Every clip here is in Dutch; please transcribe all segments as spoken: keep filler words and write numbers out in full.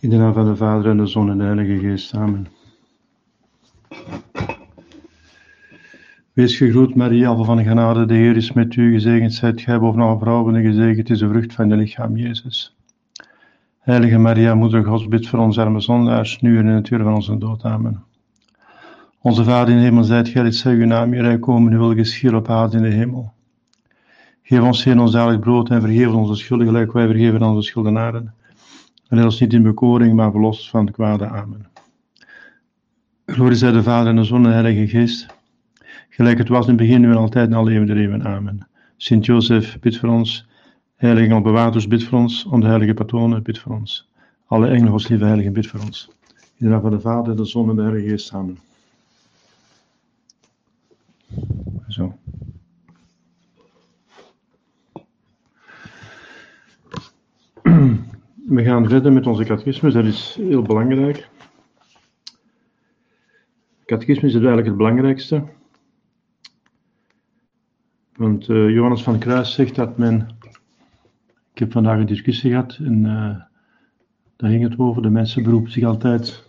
In de naam van de Vader en de Zoon en de Heilige Geest. Amen. Wees gegroet, Maria, vol van genade, de Heer is met u. Gezegend zijt gij boven alle vrouwen en gezegend is de vrucht van je lichaam, Jezus. Heilige Maria, Moeder Gods, bid voor ons arme zondaars, nu en in het uur van onze dood. Amen. Onze Vader in de hemel, zijt gij, zij uw naam, uw rijk komen, uw wil geschieden op aarde in de hemel. Geef ons, Heer, ons dagelijks brood en vergeef onze schulden, gelijk wij vergeven onze schuldenaren. En leid ons niet in bekoring, maar verlos van het kwade. Amen. Glorie zij de Vader en de Zoon en de Heilige Geest, gelijk het was in het begin, nu en altijd en alle eeuwen der eeuwen. Amen. Sint Jozef, bid voor ons. Heilige engel bewaarders, bid voor ons. Om de heilige patronen, bid voor ons. Alle engelen, Gods lieve heiligen, bid voor ons. In de naam van de Vader, de Zoon en de Heilige Geest. Amen. Zo. We gaan verder met onze catechismus, dat is heel belangrijk. Catechismus is eigenlijk het belangrijkste. Want uh, Johannes van Kruis zegt dat men... Ik heb vandaag een discussie gehad en uh, daar ging het over. De mensen beroepen zich altijd...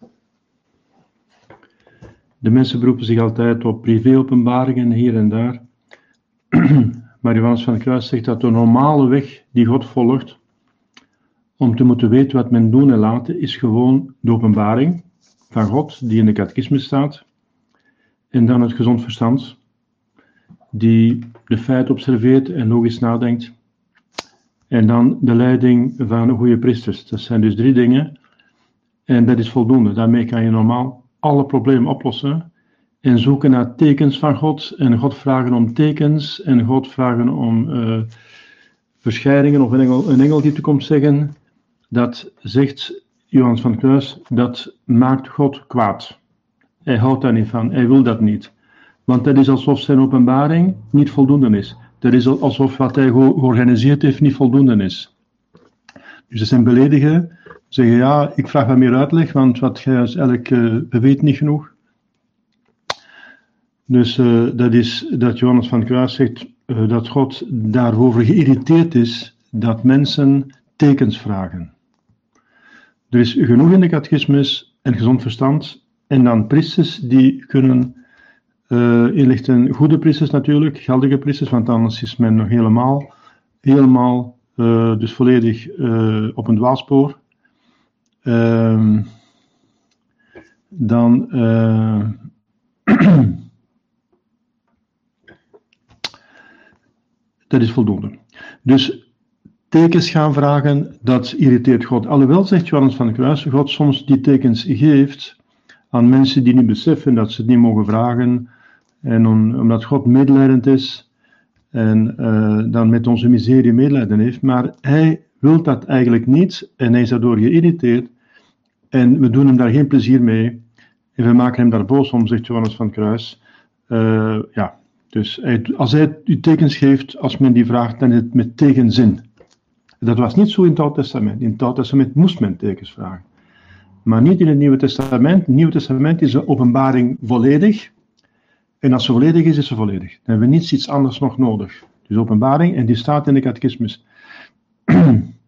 De mensen beroepen zich altijd op privé-openbaringen hier en daar. Maar Johannes van Kruis zegt dat de normale weg die God volgt... om te moeten weten wat men doen en laten, is gewoon de openbaring van God, die in de catechismus staat, en dan het gezond verstand, die de feiten observeert en logisch nadenkt, en dan de leiding van een goede priesters. Dat zijn dus drie dingen, en dat is voldoende. Daarmee kan je normaal alle problemen oplossen, en zoeken naar tekens van God, en God vragen om tekens, en God vragen om uh, verschijningen, of een engel, een engel die te komt zeggen. Dat zegt Johannes van Kruis, dat maakt God kwaad. Hij houdt daar niet van, hij wil dat niet. Want dat is alsof zijn openbaring niet voldoende is. Dat is alsof wat hij georganiseerd heeft niet voldoende is. Dus ze zijn beledigen, zeggen ja, ik vraag wat meer uitleg, want wat jij eigenlijk uh, weet niet genoeg. Dus uh, dat is dat Johannes van Kruis zegt uh, dat God daarover geïrriteerd is dat mensen tekens vragen. Er is genoeg in de catechismus en gezond verstand. En dan priesters die kunnen uh, inlichten, goede priesters natuurlijk, geldige priesters, want anders is men nog helemaal, helemaal uh, dus volledig uh, op een dwaalspoor. Uh, dan uh, dat is voldoende. Dus tekens gaan vragen, dat irriteert God. Alhoewel, zegt Johannes van Kruis, God soms die tekens geeft aan mensen die niet beseffen dat ze het niet mogen vragen. En om, omdat God medelijdend is en uh, dan met onze miserie medelijden heeft. Maar hij wil dat eigenlijk niet en hij is daardoor geïrriteerd. En we doen hem daar geen plezier mee. En we maken hem daar boos om, zegt Johannes van Kruis. Uh, ja, dus hij, als hij u tekens geeft, als men die vraagt, dan is het met tegenzin. Dat was niet zo in het Oude Testament. In het Oude Testament moest men tekens vragen. Maar niet in het Nieuwe Testament. In het Nieuwe Testament is de openbaring volledig. En als ze volledig is, is ze volledig. Dan hebben we niets iets anders nog nodig. Dus openbaring, en die staat in de catechismus. uh,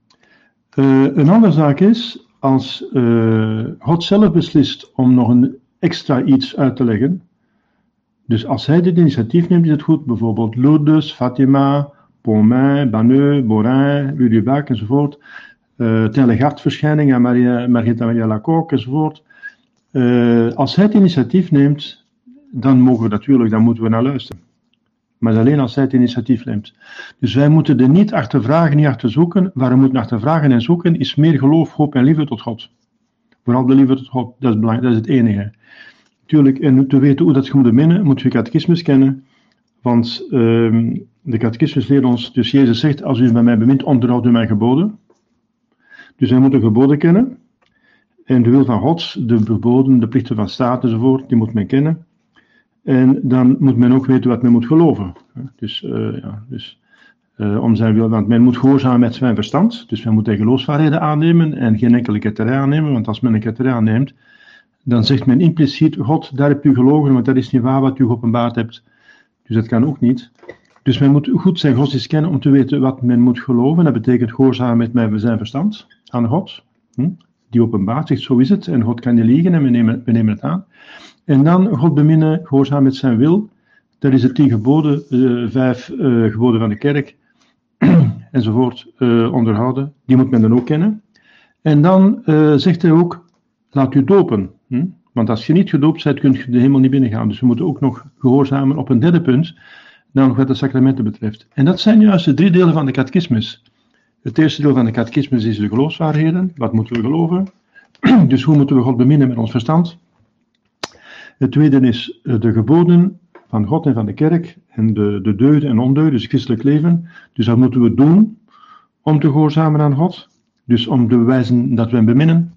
een andere zaak is, als uh, God zelf beslist om nog een extra iets uit te leggen. Dus als hij dit initiatief neemt, is het goed. Bijvoorbeeld Lourdes, Fatima... Pomain, Banneux, Borin, Rudebac enzovoort. Uh, Telegarde-verschijning aan Maria, Margrethe Maria Lacoque enzovoort. Uh, als hij het initiatief neemt, dan mogen we natuurlijk, dan moeten we naar luisteren. Maar alleen als hij het initiatief neemt. Dus wij moeten er niet achter vragen, niet achter zoeken. Waar we moeten achter vragen en zoeken is meer geloof, hoop en liefde tot God. Vooral de liefde tot God, dat is belangrijk, dat is het enige. Natuurlijk, en te weten hoe dat je moet beminnen, moet je catechismus kennen. Want uh, de catechismus leert ons, dus Jezus zegt, als u bij mij bemint, onderhoudt u mijn geboden. Dus wij moeten geboden kennen. En de wil van God, de geboden, de plichten van staat enzovoort, die moet men kennen. En dan moet men ook weten wat men moet geloven. Dus, uh, ja, dus uh, om zijn wil, want men moet gehoorzamen met zijn verstand. Dus men moet de geloofswaarheden aannemen en geen enkele ketterij aannemen. Want als men een ketterij aanneemt, dan zegt men impliciet, God, daar hebt u gelogen, want dat is niet waar wat u geopenbaard hebt. Dus dat kan ook niet. Dus men moet goed zijn godsdienst kennen om te weten wat men moet geloven. Dat betekent gehoorzamen met mijn zijn verstand aan God. Hm? die openbaart, zegt zo is het, en God kan niet liegen en we nemen, we nemen het aan. En dan God beminnen, gehoorzaam met zijn wil, dat is de tien geboden, uh, vijf uh, geboden van de kerk, enzovoort, uh, onderhouden, die moet men dan ook kennen. En dan uh, zegt hij ook, laat u dopen, hm? Want als je niet gedoopt bent, kun je de hemel niet binnengaan. Dus we moeten ook nog gehoorzamen op een derde punt, namelijk wat de sacramenten betreft. En dat zijn juist de drie delen van de catechismus. Het eerste deel van de catechismus is de geloofswaarheden. Wat moeten we geloven? Dus hoe moeten we God beminnen met ons verstand? Het tweede is de geboden van God en van de kerk. En de, de deugden en ondeugden, dus het christelijk leven. Dus wat moeten we doen om te gehoorzamen aan God? Dus om te bewijzen dat we hem beminnen.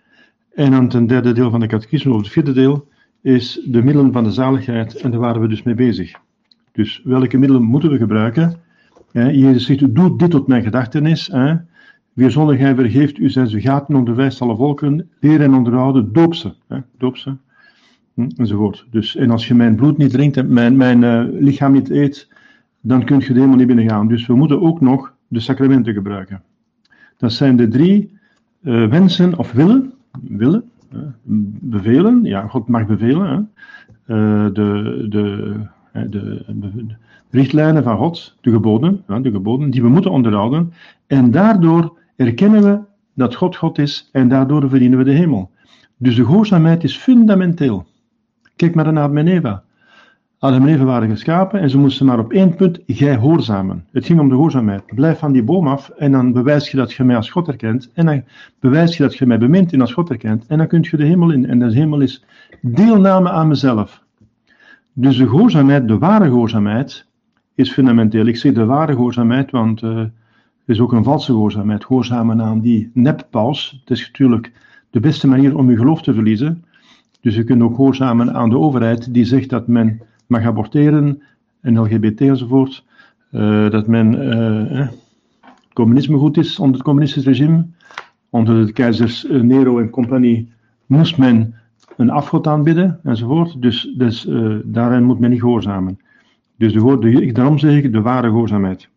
En dan ten derde deel van de catechismus, of het vierde deel, is de middelen van de zaligheid. En daar waren we dus mee bezig. Dus welke middelen moeten we gebruiken? Hè, Jezus zegt, doe dit tot mijn gedachtenis. Hè. Wie zondig hij vergeeft, u zijn ze gaten, onderwijst alle volken, leren en onderhouden, doop ze. Hè, doop ze. Hm, enzovoort. Dus, en als je mijn bloed niet drinkt en mijn, mijn uh, lichaam niet eet, dan kun je de hemel niet binnengaan. Dus we moeten ook nog de sacramenten gebruiken. Dat zijn de drie uh, wensen of willen, willen uh, bevelen. Ja, God mag bevelen. Hè. Uh, de... de De, de, de richtlijnen van God, de geboden, ja, de geboden die we moeten onderhouden. En daardoor erkennen we dat God God is en daardoor verdienen we de hemel. Dus de gehoorzaamheid is fundamenteel. Kijk maar naar Adam en Eva. Adam en Eva waren geschapen en ze moesten maar op één punt gehoorzamen. Het ging om de gehoorzaamheid. Blijf van die boom af en dan bewijs je dat je mij als God erkent. En dan bewijs je dat je mij bemint en als God erkent. En dan kun je de hemel in. En de hemel is deelname aan mezelf. Dus de gehoorzaamheid, de ware gehoorzaamheid, is fundamenteel. Ik zeg de ware gehoorzaamheid, want uh, er is ook een valse gehoorzaamheid. Gehoorzamen aan die neppaus. Het is natuurlijk de beste manier om je geloof te verliezen. Dus je kunt ook gehoorzamen aan de overheid die zegt dat men mag aborteren, en L G B T enzovoort. Uh, dat men uh, eh, communisme goed is onder het communistisch regime. Onder de keizers uh, Nero en compagnie moest men een afgod aanbidden, enzovoort. Dus, dus uh, daarin moet men niet gehoorzamen. Dus de, de, daarom zeg ik de ware gehoorzaamheid.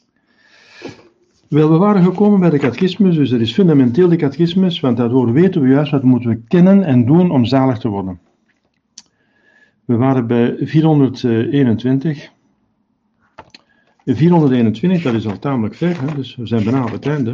Wel, we waren gekomen bij de catechismus, dus er is fundamenteel de catechismus, want daardoor weten we juist wat moeten we kennen en doen om zalig te worden. We waren bij vierhonderdeenentwintig. vierhonderdeenentwintig, dat is al tamelijk ver, hè, dus we zijn bijna aan het einde.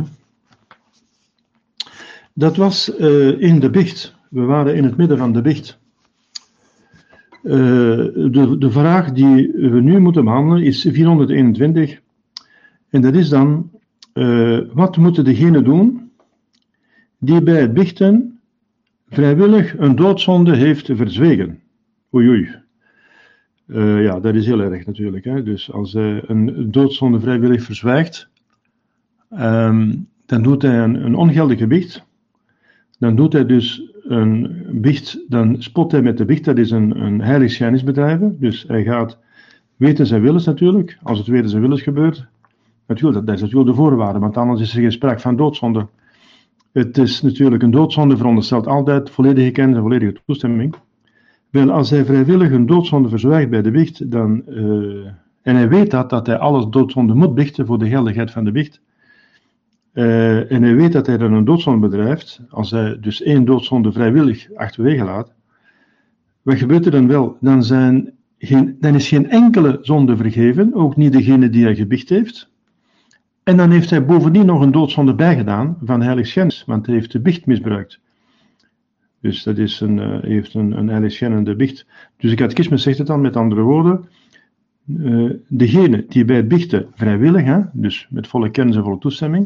Dat was uh, in de biecht. We waren in het midden van de biecht. Uh, de, de vraag die we nu moeten behandelen is vierhonderdeenentwintig. En dat is dan, uh, wat moeten degenen doen die bij het biechten vrijwillig een doodzonde heeft verzwegen? Oei oei. Uh, ja, dat is heel erg natuurlijk. Hè? Dus als hij een doodzonde vrijwillig verzwijgt, um, dan doet hij een, een ongeldige biecht. Dan doet hij dus een biecht, dan spot hij met de biecht, dat is een, een heiligschennis bedrijven. Dus hij gaat weten zijn willens natuurlijk, als het weten zijn willens gebeurt. Natuurlijk, dat is natuurlijk de voorwaarde, want anders is er geen sprake van doodzonde. Het is natuurlijk een doodzonde veronderstelt altijd volledige kennis en volledige toestemming. Wel, als hij vrijwillig een doodzonde verzwijgt bij de biecht, dan, uh, en hij weet dat, dat hij alles doodzonde moet biechten voor de geldigheid van de biecht, Uh, en hij weet dat hij dan een doodzonde bedrijft, als hij dus één doodzonde vrijwillig achterwege laat, wat gebeurt er dan wel? Dan, zijn geen, dan is geen enkele zonde vergeven, ook niet degene die hij gebiecht heeft. En dan heeft hij bovendien nog een doodzonde bijgedaan van heiligschennis, want hij heeft de biecht misbruikt. Dus dat is een, uh, heeft een, een heiligschennende biecht. Dus de catechismus zegt het dan met andere woorden. Uh, degene die bij het biechten vrijwillig, hè, dus met volle kennis en volle toestemming,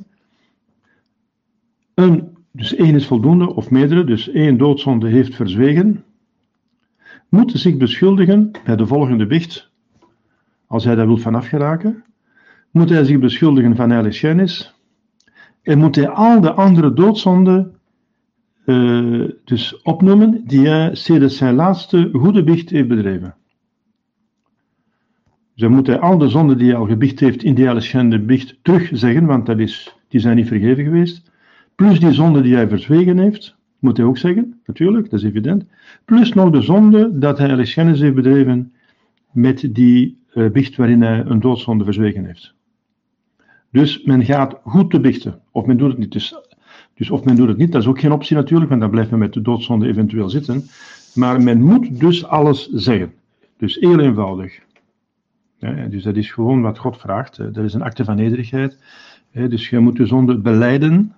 Een, dus één is voldoende, of meerdere, dus één doodzonde heeft verzwegen, moet zich beschuldigen bij de volgende biecht, als hij daar wil van afgeraken, moet hij zich beschuldigen van heiligschennis, en moet hij al de andere doodzonden uh, dus opnoemen, die hij sinds zijn laatste goede biecht heeft bedreven. Dus dan moet hij al de zonden die hij al gebiecht heeft in die heiligschennende biecht terugzeggen, want dat is, die zijn niet vergeven geweest. Plus die zonde die hij verzwegen heeft, moet hij ook zeggen, natuurlijk, dat is evident. Plus nog de zonde dat hij heiligschennis heeft bedreven met die uh, biecht waarin hij een doodzonde verzwegen heeft. Dus men gaat goed te biechten, of men doet het niet. Dus Dus of men doet het niet, dat is ook geen optie natuurlijk, want dan blijft men met de doodzonde eventueel zitten. Maar men moet dus alles zeggen. Dus heel eenvoudig. Ja, dus dat is gewoon wat God vraagt. Dat is een acte van nederigheid. Dus je moet de zonde belijden.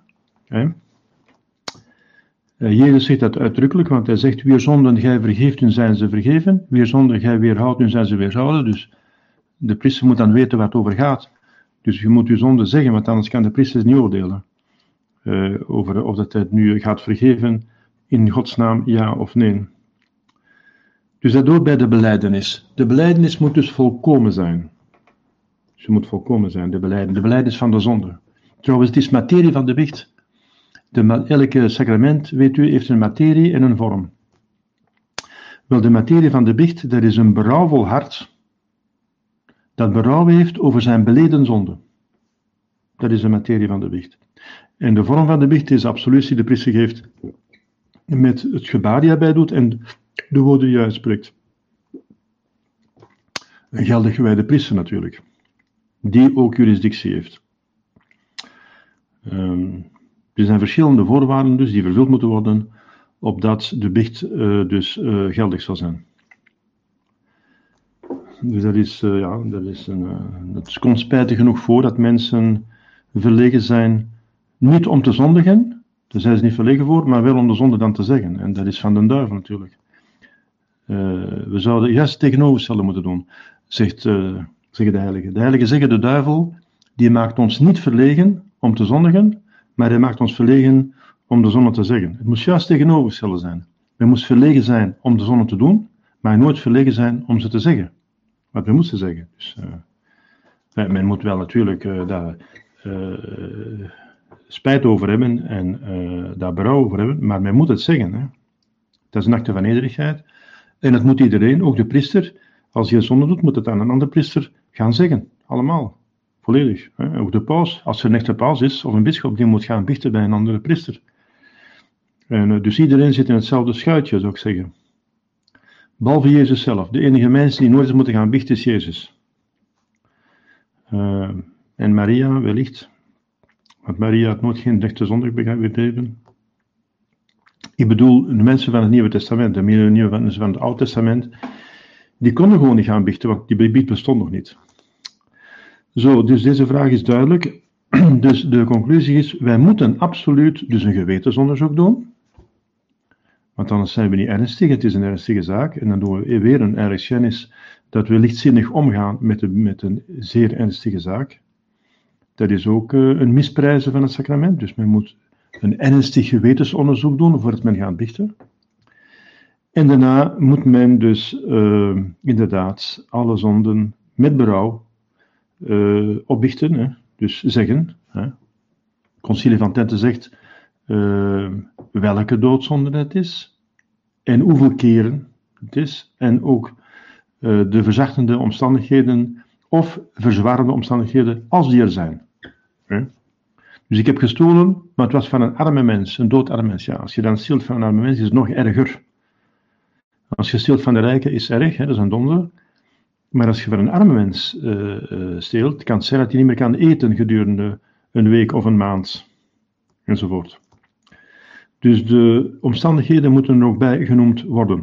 Jezus zegt dat uitdrukkelijk, want hij zegt, wie zonden gij vergeeft, hun zijn ze vergeven. Wie zonden gij weerhoudt, hun zijn ze weerhouden. Dus de priester moet dan weten waar het over gaat. Dus je moet je zonde zeggen, want anders kan de priester niet oordelen. Uh, over of dat hij het nu gaat vergeven in Gods naam, ja of nee. Dus dat hoort bij de belijdenis. De belijdenis moet dus volkomen zijn. Ze moet volkomen zijn, de belijdenis. De belijdenis van de zonde. Trouwens, het is materie van de biecht. De, elke sacrament, weet u, heeft een materie en een vorm. Wel, de materie van de biecht, dat is een berouwvol hart, dat berouw heeft over zijn beleden zonde. Dat is de materie van de biecht. En de vorm van de biecht is de absolutie die de priester geeft met het gebaar die hij bij doet en de woorden die hij uitspreekt. Een geldig gewijde priester natuurlijk, die ook jurisdictie heeft. Um, er zijn verschillende voorwaarden dus die vervuld moeten worden, opdat de biecht uh, dus uh, geldig zal zijn. Dus dat is, uh, ja, dat is een, uh, het komt spijtig genoeg voor dat mensen verlegen zijn, niet om te zondigen, daar zijn ze niet verlegen voor, maar wel om de zonde dan te zeggen. En dat is van de duivel natuurlijk. Uh, we zouden juist het tegenovergestelde moeten doen, zegt, uh, zeggen de heiligen. De heiligen zeggen, de duivel, die maakt ons niet verlegen om te zondigen, maar hij maakt ons verlegen om de zonde te zeggen. Het moet juist tegenovergestelde zijn. Men moet verlegen zijn om de zonde te doen, maar nooit verlegen zijn om ze te zeggen. Wat we moeten zeggen. Dus, uh, men moet wel natuurlijk uh, daar uh, spijt over hebben en uh, daar berouw over hebben, maar men moet het zeggen. Hè. Dat is een acte van nederigheid. En dat moet iedereen, ook de priester, als je zonde doet, moet het aan een andere priester gaan zeggen. Allemaal. Volledig. Hè. Ook de paus, als er een echte paus is, of een bisschop, die moet gaan biechten bij een andere priester. En, uh, dus iedereen zit in hetzelfde schuitje, zou ik zeggen. Behalve Jezus zelf. De enige mens die nooit eens moeten gaan biechten is Jezus. Uh, en Maria wellicht. Want Maria had nooit geen rechte zonde bedreven. Ik bedoel, de mensen van het Nieuwe Testament, de mensen van het Oude Testament, die konden gewoon niet gaan biechten, want die biecht bestond nog niet. Zo, dus deze vraag is duidelijk. Dus de conclusie is, wij moeten absoluut dus een gewetensonderzoek doen. Want anders zijn we niet ernstig, het is een ernstige zaak. En dan doen we weer een erfenis dat we lichtzinnig omgaan met, de, met een zeer ernstige zaak. Dat is ook uh, een misprijzen van het sacrament. Dus men moet een ernstig gewetensonderzoek doen voordat men gaat biechten. En daarna moet men dus uh, inderdaad alle zonden met berouw uh, opbiechten. Hè? Dus zeggen. Hè? Concilie van Trente zegt uh, welke doodzonde het is. En hoeveel keren het is. En ook uh, de verzachtende omstandigheden of verzwarende omstandigheden als die er zijn. Hè? Dus ik heb gestolen, maar het was van een arme mens, een doodarme mens. Ja, als je dan steelt van een arme mens, is het nog erger. Als je steelt van de rijke, is het erg, hè, dat is een donder. Maar als je van een arme mens uh, uh, steelt, kan het zijn dat hij niet meer kan eten gedurende een week of een maand. Enzovoort. Dus de omstandigheden moeten er ook bij genoemd worden.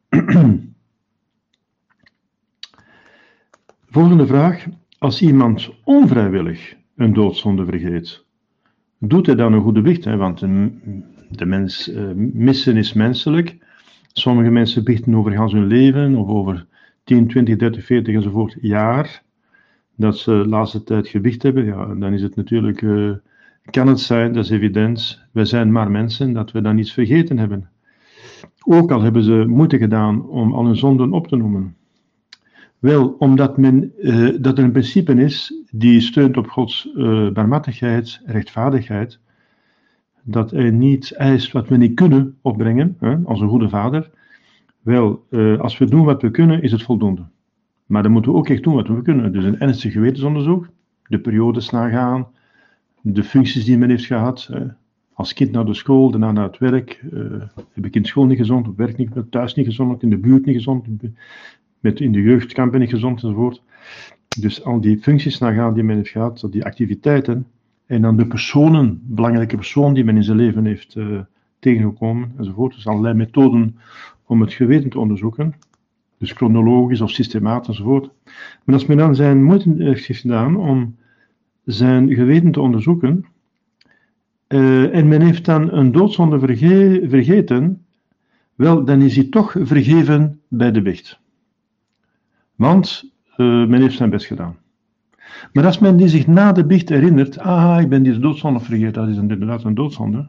Volgende vraag. Als iemand onvrijwillig een doodzonde vergeet, doet hij dan een goede biecht? Hè? Want de mens, uh, missen is menselijk. Sommige mensen biechten over gans hun leven, of over tien, twintig, dertig, veertig enzovoort jaar, dat ze de laatste tijd gebiecht hebben. Ja, dan is het natuurlijk, uh, kan het zijn, dat is evident, wij zijn maar mensen, dat we dan iets vergeten hebben. Ook al hebben ze moeite gedaan om al hun zonden op te noemen. Wel, omdat men, uh, dat er een principe is die steunt op Gods uh, barmhartigheid, rechtvaardigheid, dat hij niet eist wat we niet kunnen opbrengen, hè, als een goede vader. Wel, uh, als we doen wat we kunnen, is het voldoende. Maar dan moeten we ook echt doen wat we kunnen. Dus een ernstig gewetensonderzoek, de periodes nagaan, de functies die men heeft gehad. Hè. Als kind naar de school, daarna naar het werk. Uh, heb ik in school niet gezond, op werk niet, thuis niet gezond, in de buurt niet gezond, met in de jeugdkampen niet gezond enzovoort. Dus al die functies nagaan die men heeft gehad, die activiteiten, En dan de personen, belangrijke persoon die men in zijn leven heeft uh, tegengekomen, enzovoort. Dus allerlei methoden om het geweten te onderzoeken. Dus chronologisch of systematisch, enzovoort. Maar als men dan zijn moeite heeft gedaan om zijn geweten te onderzoeken, uh, en men heeft dan een doodzonde verge- vergeten, wel, dan is hij toch vergeven bij de biecht. Want uh, men heeft zijn best gedaan. Maar als men die zich na de biecht herinnert, ah, ik ben die doodzonde vergeten, dat is inderdaad een doodzonde,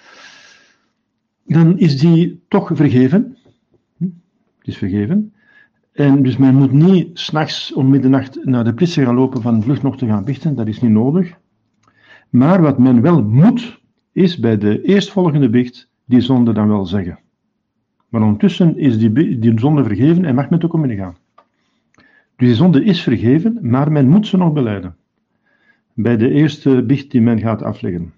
dan is die toch vergeven. Het is vergeven. En dus men moet niet 's nachts om middernacht naar de priester gaan lopen van vlug nog te gaan biechten, dat is niet nodig. Maar wat men wel moet, is bij de eerstvolgende biecht die zonde dan wel zeggen. Maar ondertussen is die, die zonde vergeven en mag men te communie gaan. Dus die zonde is vergeven, maar men moet ze nog belijden. Bij de eerste biecht die men gaat afleggen.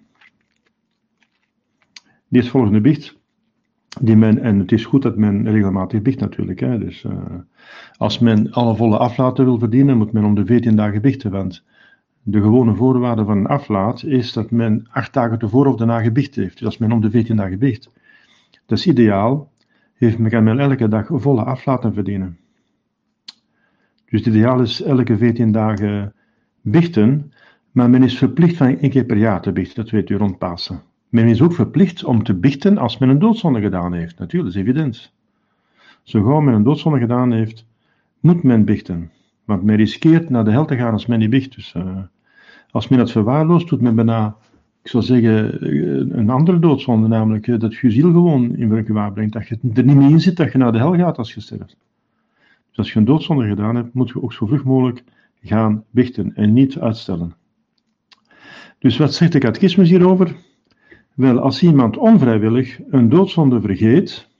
De eerstvolgende biecht, die men, en het is goed dat men regelmatig biecht natuurlijk. Hè, dus uh, als men alle volle aflaten wil verdienen, moet men om de veertien dagen biechten. Want de gewone voorwaarde van een aflaat is dat men acht dagen tevoren of daarna gebiecht heeft. Dus als men om de veertien dagen biecht, dat is ideaal, heeft men, kan men elke dag volle aflaten verdienen. Dus het ideaal is elke veertien dagen biechten, maar men is verplicht van één keer per jaar te biechten, dat weet u rond Pasen. Men is ook verplicht om te biechten als men een doodzonde gedaan heeft, natuurlijk, dat is evident. Zo gauw men een doodzonde gedaan heeft, moet men biechten. Want men riskeert naar de hel te gaan als men niet biecht. Dus uh, als men dat verwaarloost, doet men bijna, ik zou zeggen, een andere doodzonde, namelijk uh, dat je je ziel gewoon in gewaar brengt, dat je er niet mee in zit dat je naar de hel gaat als je sterft. Dus als je een doodzonde gedaan hebt, moet je ook zo vlug mogelijk gaan biechten en niet uitstellen. Dus wat zegt de catechismus hierover? Wel, als iemand onvrijwillig een doodzonde vergeet,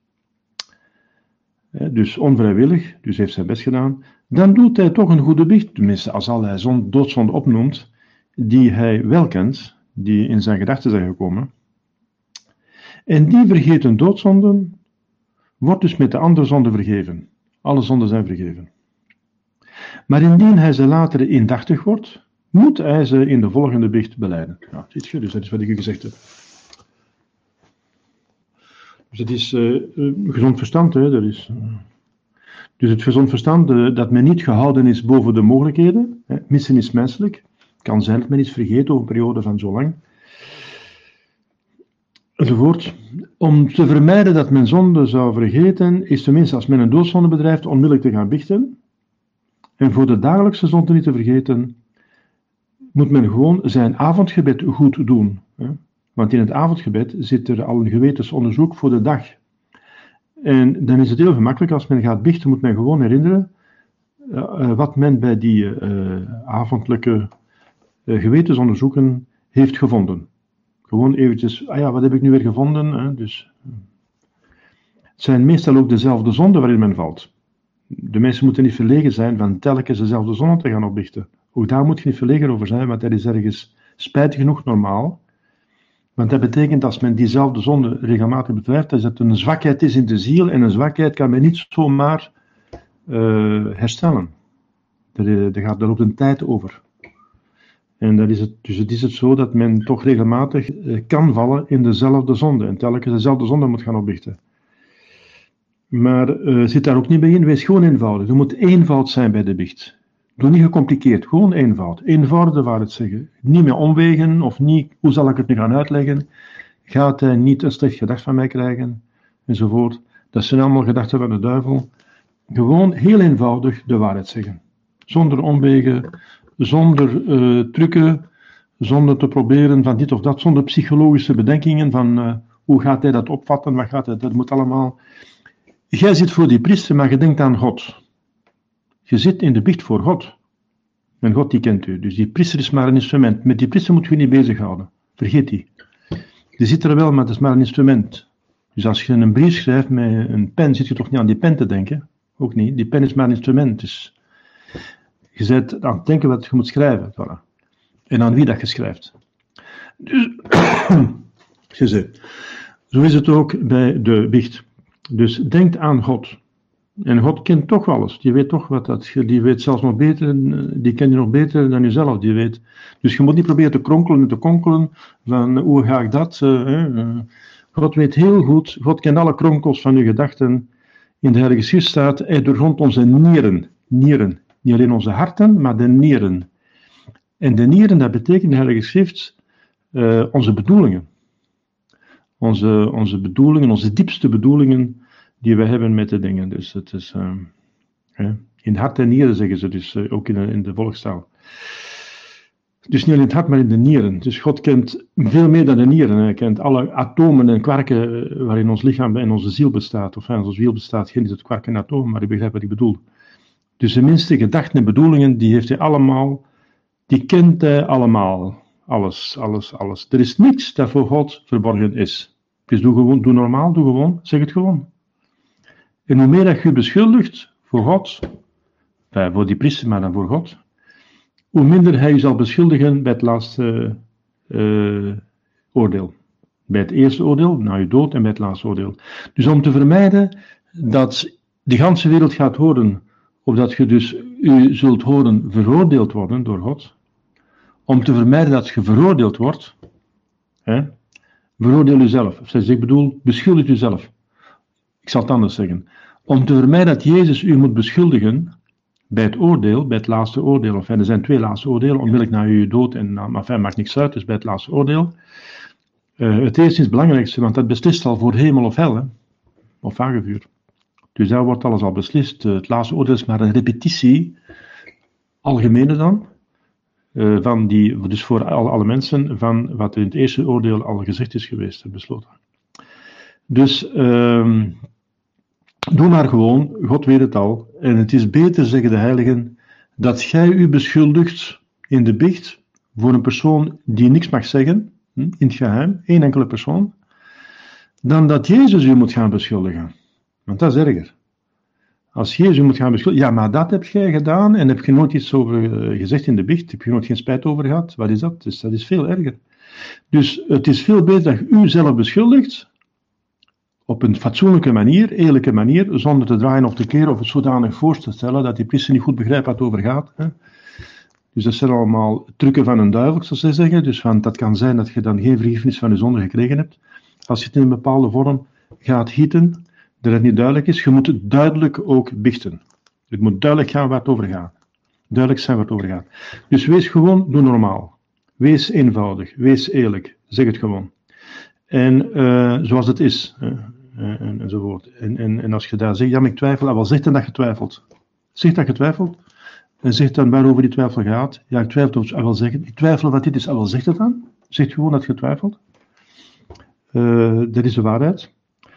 dus onvrijwillig, dus heeft zijn best gedaan, dan doet hij toch een goede biecht, tenminste als al hij zo'n doodzonde opnoemt, die hij wel kent, die in zijn gedachten zijn gekomen. En die vergeten doodzonde wordt dus met de andere zonde vergeven. Alle zonden zijn vergeven. Maar indien hij ze later indachtig wordt, moet hij ze in de volgende biecht belijden. Ja, ziet je, dus dat is wat ik u gezegd heb. Dus het is uh, gezond verstand, hè, dat is... Uh, dus het gezond verstand, uh, dat men niet gehouden is boven de mogelijkheden, hè, missen is menselijk, het kan zijn dat men iets vergeet over een periode van zo lang, enzovoort. Om te vermijden dat men zonde zou vergeten, is tenminste als men een doodzonde bedrijft, onmiddellijk te gaan biechten. En voor de dagelijkse zonde niet te vergeten, moet men gewoon zijn avondgebed goed doen. Hè? Want in het avondgebed zit er al een gewetensonderzoek voor de dag. En dan is het heel gemakkelijk, als men gaat biechten, moet men gewoon herinneren uh, wat men bij die uh, avondelijke uh, gewetensonderzoeken heeft gevonden. Gewoon eventjes, ah ja, wat heb ik nu weer gevonden? Hè? Dus, het zijn meestal ook dezelfde zonden waarin men valt. De mensen moeten niet verlegen zijn van telkens dezelfde zonde te gaan opbiechten. Ook daar moet je niet verlegen over zijn, want dat is ergens spijtig genoeg normaal. Want dat betekent als men diezelfde zonde regelmatig bedrijft, dat het een zwakheid is in de ziel, en een zwakheid kan men niet zomaar uh, herstellen. Daar, daar gaat er ook een tijd over. En dat is het, dus het is het zo dat men toch regelmatig uh, kan vallen in dezelfde zonde, en telkens dezelfde zonde moet gaan opbiechten. Maar uh, zit daar ook niet bij in, wees gewoon eenvoudig. Er moet eenvoud zijn bij de biecht. Doe niet gecompliceerd, gewoon eenvoud. Eenvoudig de waarheid zeggen. Niet meer omwegen, of niet, hoe zal ik het nu gaan uitleggen? Gaat hij niet een slecht gedacht van mij krijgen? Enzovoort. Dat zijn allemaal gedachten van de duivel. Gewoon heel eenvoudig de waarheid zeggen. Zonder omwegen, zonder uh, trucken, zonder te proberen van dit of dat, zonder psychologische bedenkingen van uh, hoe gaat hij dat opvatten, wat gaat hij, dat moet allemaal... Jij zit voor die priester, maar je denkt aan God. Je zit in de biecht voor God. En God die kent u. Dus die priester is maar een instrument. Met die priester moet je niet bezighouden. Vergeet die. Die zit er wel, maar het is maar een instrument. Dus als je een brief schrijft met een pen, zit je toch niet aan die pen te denken? Ook niet. Die pen is maar een instrument. Dus je bent aan het denken wat je moet schrijven. Voilà. En aan wie dat je schrijft. Dus, je zegt, zo is het ook bij de biecht. Dus denk aan God. En God kent toch alles. Die weet toch wat dat... Die weet zelfs nog beter, die kent je nog beter dan jezelf. Die weet. Dus je moet niet proberen te kronkelen en te konkelen van hoe ga ik dat... Uh, uh. God weet heel goed, God kent alle kronkels van uw gedachten. In de Heilige Schrift staat, hij doorgrondt onze nieren. Nieren. Niet alleen onze harten, maar de nieren. En de nieren, dat betekent in de Heilige Schrift uh, onze bedoelingen. Onze, onze bedoelingen, onze diepste bedoelingen die we hebben met de dingen. Dus het is uh, uh, in hart en nieren zeggen ze dus, uh, ook in de, in de volkstaal. Dus niet alleen in het hart, maar in de nieren. Dus God kent veel meer dan de nieren. Hij kent alle atomen en kwarken waarin ons lichaam en onze ziel bestaat. Of onze ziel bestaat, geen is het kwark en atoom, maar u begrijpt wat ik bedoel. Dus de minste gedachten en bedoelingen, die heeft hij allemaal, die kent hij allemaal. Alles, alles, alles. Er is niks dat voor God verborgen is. Dus doe gewoon, doe normaal, doe gewoon, zeg het gewoon. En hoe meer dat je beschuldigt voor God, enfin, voor die priester, maar dan voor God, hoe minder hij je zal beschuldigen bij het laatste uh, oordeel. Bij het eerste oordeel, na je dood, en bij het laatste oordeel. Dus om te vermijden dat de ganse wereld gaat horen, of dat je dus u zult horen veroordeeld worden door God, om te vermijden dat je veroordeeld wordt, hè, veroordeel jezelf. Of ik bedoel, beschuldig jezelf. Ik zal het anders zeggen. Om te vermijden dat Jezus u moet beschuldigen bij het oordeel, bij het laatste oordeel, of er zijn twee laatste oordelen, onmiddellijk na uw dood, en maar enfin, maakt niks uit, dus bij het laatste oordeel. Uh, het eerste is het belangrijkste, want dat beslist al voor hemel of hel, hè, of aangevuur. Dus daar wordt alles al beslist. Uh, het laatste oordeel is maar een repetitie, algemene dan, uh, van die, dus voor alle, alle mensen, van wat in het eerste oordeel al gezegd is geweest en besloten. Dus, uh, doe maar gewoon, God weet het al. En het is beter, zeggen de heiligen, dat jij u beschuldigt in de biecht voor een persoon die niks mag zeggen, in het geheim, één enkele persoon, dan dat Jezus u moet gaan beschuldigen. Want dat is erger. Als Jezus u moet gaan beschuldigen, ja, maar dat heb jij gedaan en heb je nooit iets over gezegd in de biecht, heb je nooit geen spijt over gehad, wat is dat? Dus dat is veel erger. Dus het is veel beter dat je u zelf beschuldigt, op een fatsoenlijke manier, eerlijke manier, zonder te draaien of te keren of het zodanig voor te stellen dat die priester niet goed begrijpt wat het over gaat. Hè. Dus dat zijn allemaal trucken van een duivel, zoals ze zeggen. Dus van, dat kan zijn dat je dan geen vergiffenis van je zonde gekregen hebt. Als je het in een bepaalde vorm gaat gieten, dat het niet duidelijk is, je moet het duidelijk ook biechten. Het moet duidelijk gaan waar het over gaat. Duidelijk zijn waar het over gaat. Dus wees gewoon, doe normaal. Wees eenvoudig, wees eerlijk, zeg het gewoon. En uh, zoals het is. Hè. En, enzovoort. En, en, en als je daar zegt, ja, maar ik twijfel, ah, wel zeg dan dat je twijfelt. Zeg dat je twijfelt. En zeg dan waarover die twijfel gaat. Ja, ik twijfel, of, ah, wel zeggen, ik twijfel wat dit is, ah, wel zeg dat dan. Zeg gewoon dat je twijfelt. Uh, dat is de waarheid.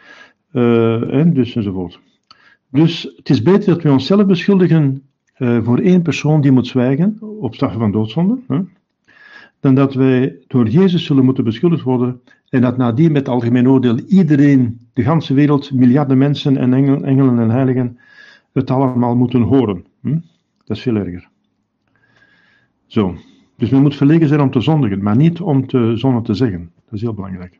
Uh, en dus enzovoort. Dus het is beter dat we onszelf beschuldigen uh, voor één persoon die moet zwijgen, op straf van doodzonde, hè, dan dat wij door Jezus zullen moeten beschuldigd worden. En dat nadien met het algemeen oordeel iedereen, de ganse wereld, miljarden mensen en engelen, engelen en heiligen, het allemaal moeten horen. Hm? Dat is veel erger. Zo. Dus men moet verlegen zijn om te zondigen, maar niet om te zonde te zeggen. Dat is heel belangrijk.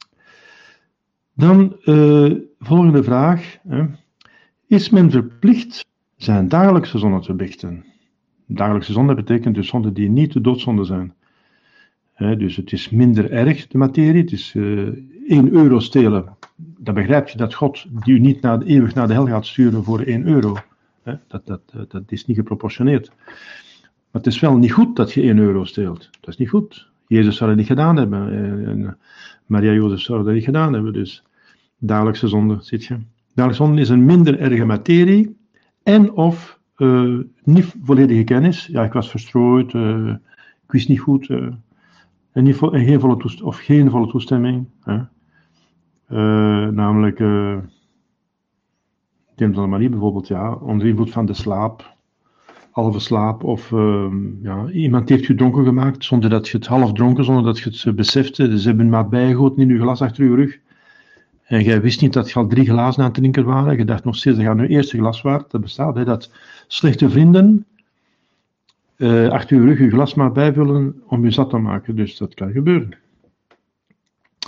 Dan, uh, volgende vraag. Hè. Is men verplicht zijn dagelijkse zonde te biechten? Dagelijkse zonde betekent dus zonden die niet de doodzonde zijn. He, dus het is minder erg, de materie. Het is uh, één euro stelen. Dan begrijp je dat God die u niet naar de, eeuwig naar de hel gaat sturen voor één euro. He, dat, dat, dat is niet geproportioneerd. Maar het is wel niet goed dat je één euro steelt. Dat is niet goed. Jezus zou dat niet gedaan hebben. En Maria Jozef zou dat niet gedaan hebben. Dus dagelijkse zonde, ziet je. Dagelijkse zonde is een minder erge materie. En of uh, niet volledige kennis. Ja, ik was verstrooid. Uh, ik wist niet goed... Uh, En, niet vo- en geen volle toest- of geen volle toestemming. Hè. Uh, namelijk, uh, James Marie bijvoorbeeld, ja, onder invloed van de slaap, halve slaap, of uh, ja, iemand heeft je dronken gemaakt, zonder dat je het half dronken, zonder dat je het besefte. Ze hebben maar bijgegoten in je glas achter je rug. En jij wist niet dat je al drie glazen aan het drinken waren. Je dacht nog steeds dat je aan je eerste glas was. Dat bestaat, hè, dat slechte vrienden Uh, achter uw rug uw glas maar bijvullen om je zat te maken. Dus dat kan gebeuren.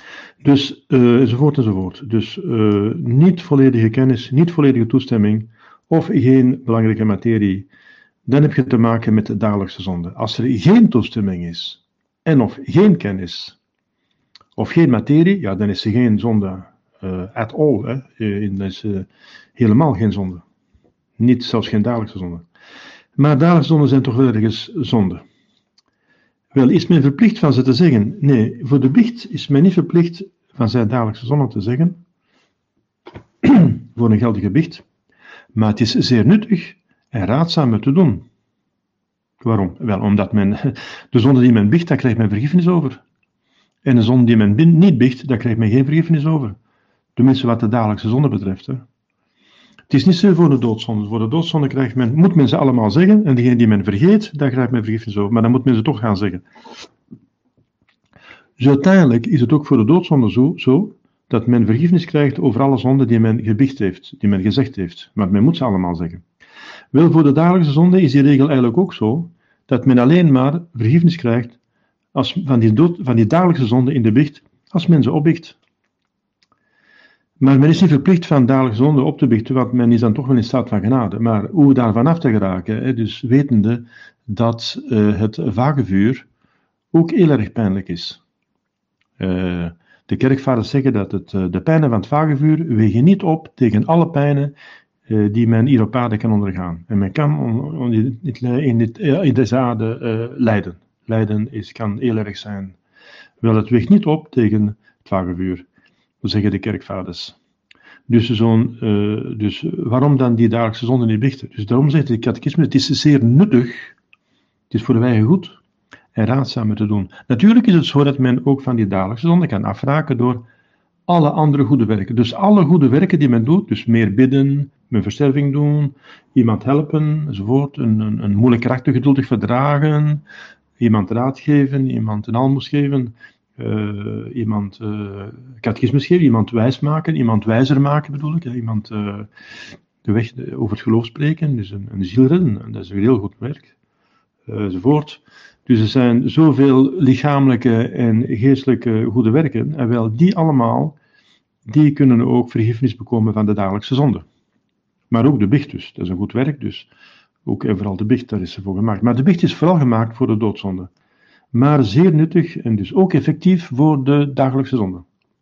Dus, uh, enzovoort enzovoort. Dus uh, niet volledige kennis, niet volledige toestemming of geen belangrijke materie, dan heb je te maken met de dagelijkse zonde. Als er geen toestemming is, en of geen kennis, of geen materie, ja, dan is er geen zonde uh, at all. Hè. Dan is uh, helemaal geen zonde. Niet zelfs geen dagelijkse zonde. Maar dagelijkse zonden zijn toch wel ergens zonde. Wel, is men verplicht van ze te zeggen? Nee, voor de biecht is men niet verplicht van zijn dagelijkse zonde te zeggen, voor een geldige biecht, maar het is zeer nuttig en raadzaam het te doen. Waarom? Wel, omdat men, de zonde die men biecht, daar krijgt men vergiffenis over. En de zonde die men niet biecht, daar krijgt men geen vergiffenis over. Tenminste wat de dagelijkse zonde betreft. Hè. Het is niet zo voor de doodzonde. Voor de doodzonde krijgt men, moet men ze allemaal zeggen, en degene die men vergeet, daar krijgt men vergiffenis over. Maar dan moet men ze toch gaan zeggen. Dus uiteindelijk is het ook voor de doodzonde zo, zo dat men vergiffenis krijgt over alle zonden die men gebiecht heeft, die men gezegd heeft. Maar men moet ze allemaal zeggen. Wel, voor de dagelijkse zonde is die regel eigenlijk ook zo, dat men alleen maar vergiffenis krijgt als, van, die dood, van die dagelijkse zonde in de biecht, als men ze opbiecht. Maar men is niet verplicht van dagelijkse zonde op te biechten, want men is dan toch wel in staat van genade. Maar hoe daar vanaf te geraken, hè, dus wetende dat uh, het vagevuur ook heel erg pijnlijk is. Uh, de kerkvaders zeggen dat het, uh, de pijnen van het vagevuur wegen niet op tegen alle pijnen uh, die men hier op aarde kan ondergaan. En men kan on, on, in, dit, in, dit, in deze aarde uh, lijden. Lijden is, kan heel erg zijn. Wel, het weegt niet op tegen het vagevuur. Dat zeggen de kerkvaders. Dus, zo'n, uh, dus waarom dan die dagelijkse zonde niet biechten? Dus daarom zegt de catechisme, het is zeer nuttig, het is voor de eigen goed en raadzaam te doen. Natuurlijk is het zo dat men ook van die dagelijkse zonde kan afraken door alle andere goede werken. Dus alle goede werken die men doet, dus meer bidden, een versterving doen, iemand helpen, enzovoort, een, een, een moeilijk karakter geduldig verdragen, iemand raad geven, iemand een almoes geven, Uh, iemand uh, catechismus geven, iemand wijs maken, iemand wijzer maken bedoel ik, hè, iemand uh, de weg de, over het geloof spreken, dus een, een ziel redden, dat is een heel goed werk, uh, enzovoort. Dus er zijn zoveel lichamelijke en geestelijke goede werken, en wel die allemaal, die kunnen ook vergiffenis bekomen van de dagelijkse zonde. Maar ook de biecht dus, dat is een goed werk, dus ook en vooral de biecht, daar is ze voor gemaakt. Maar de biecht is vooral gemaakt voor de doodzonde. Maar zeer nuttig en dus ook effectief voor de dagelijkse zonde.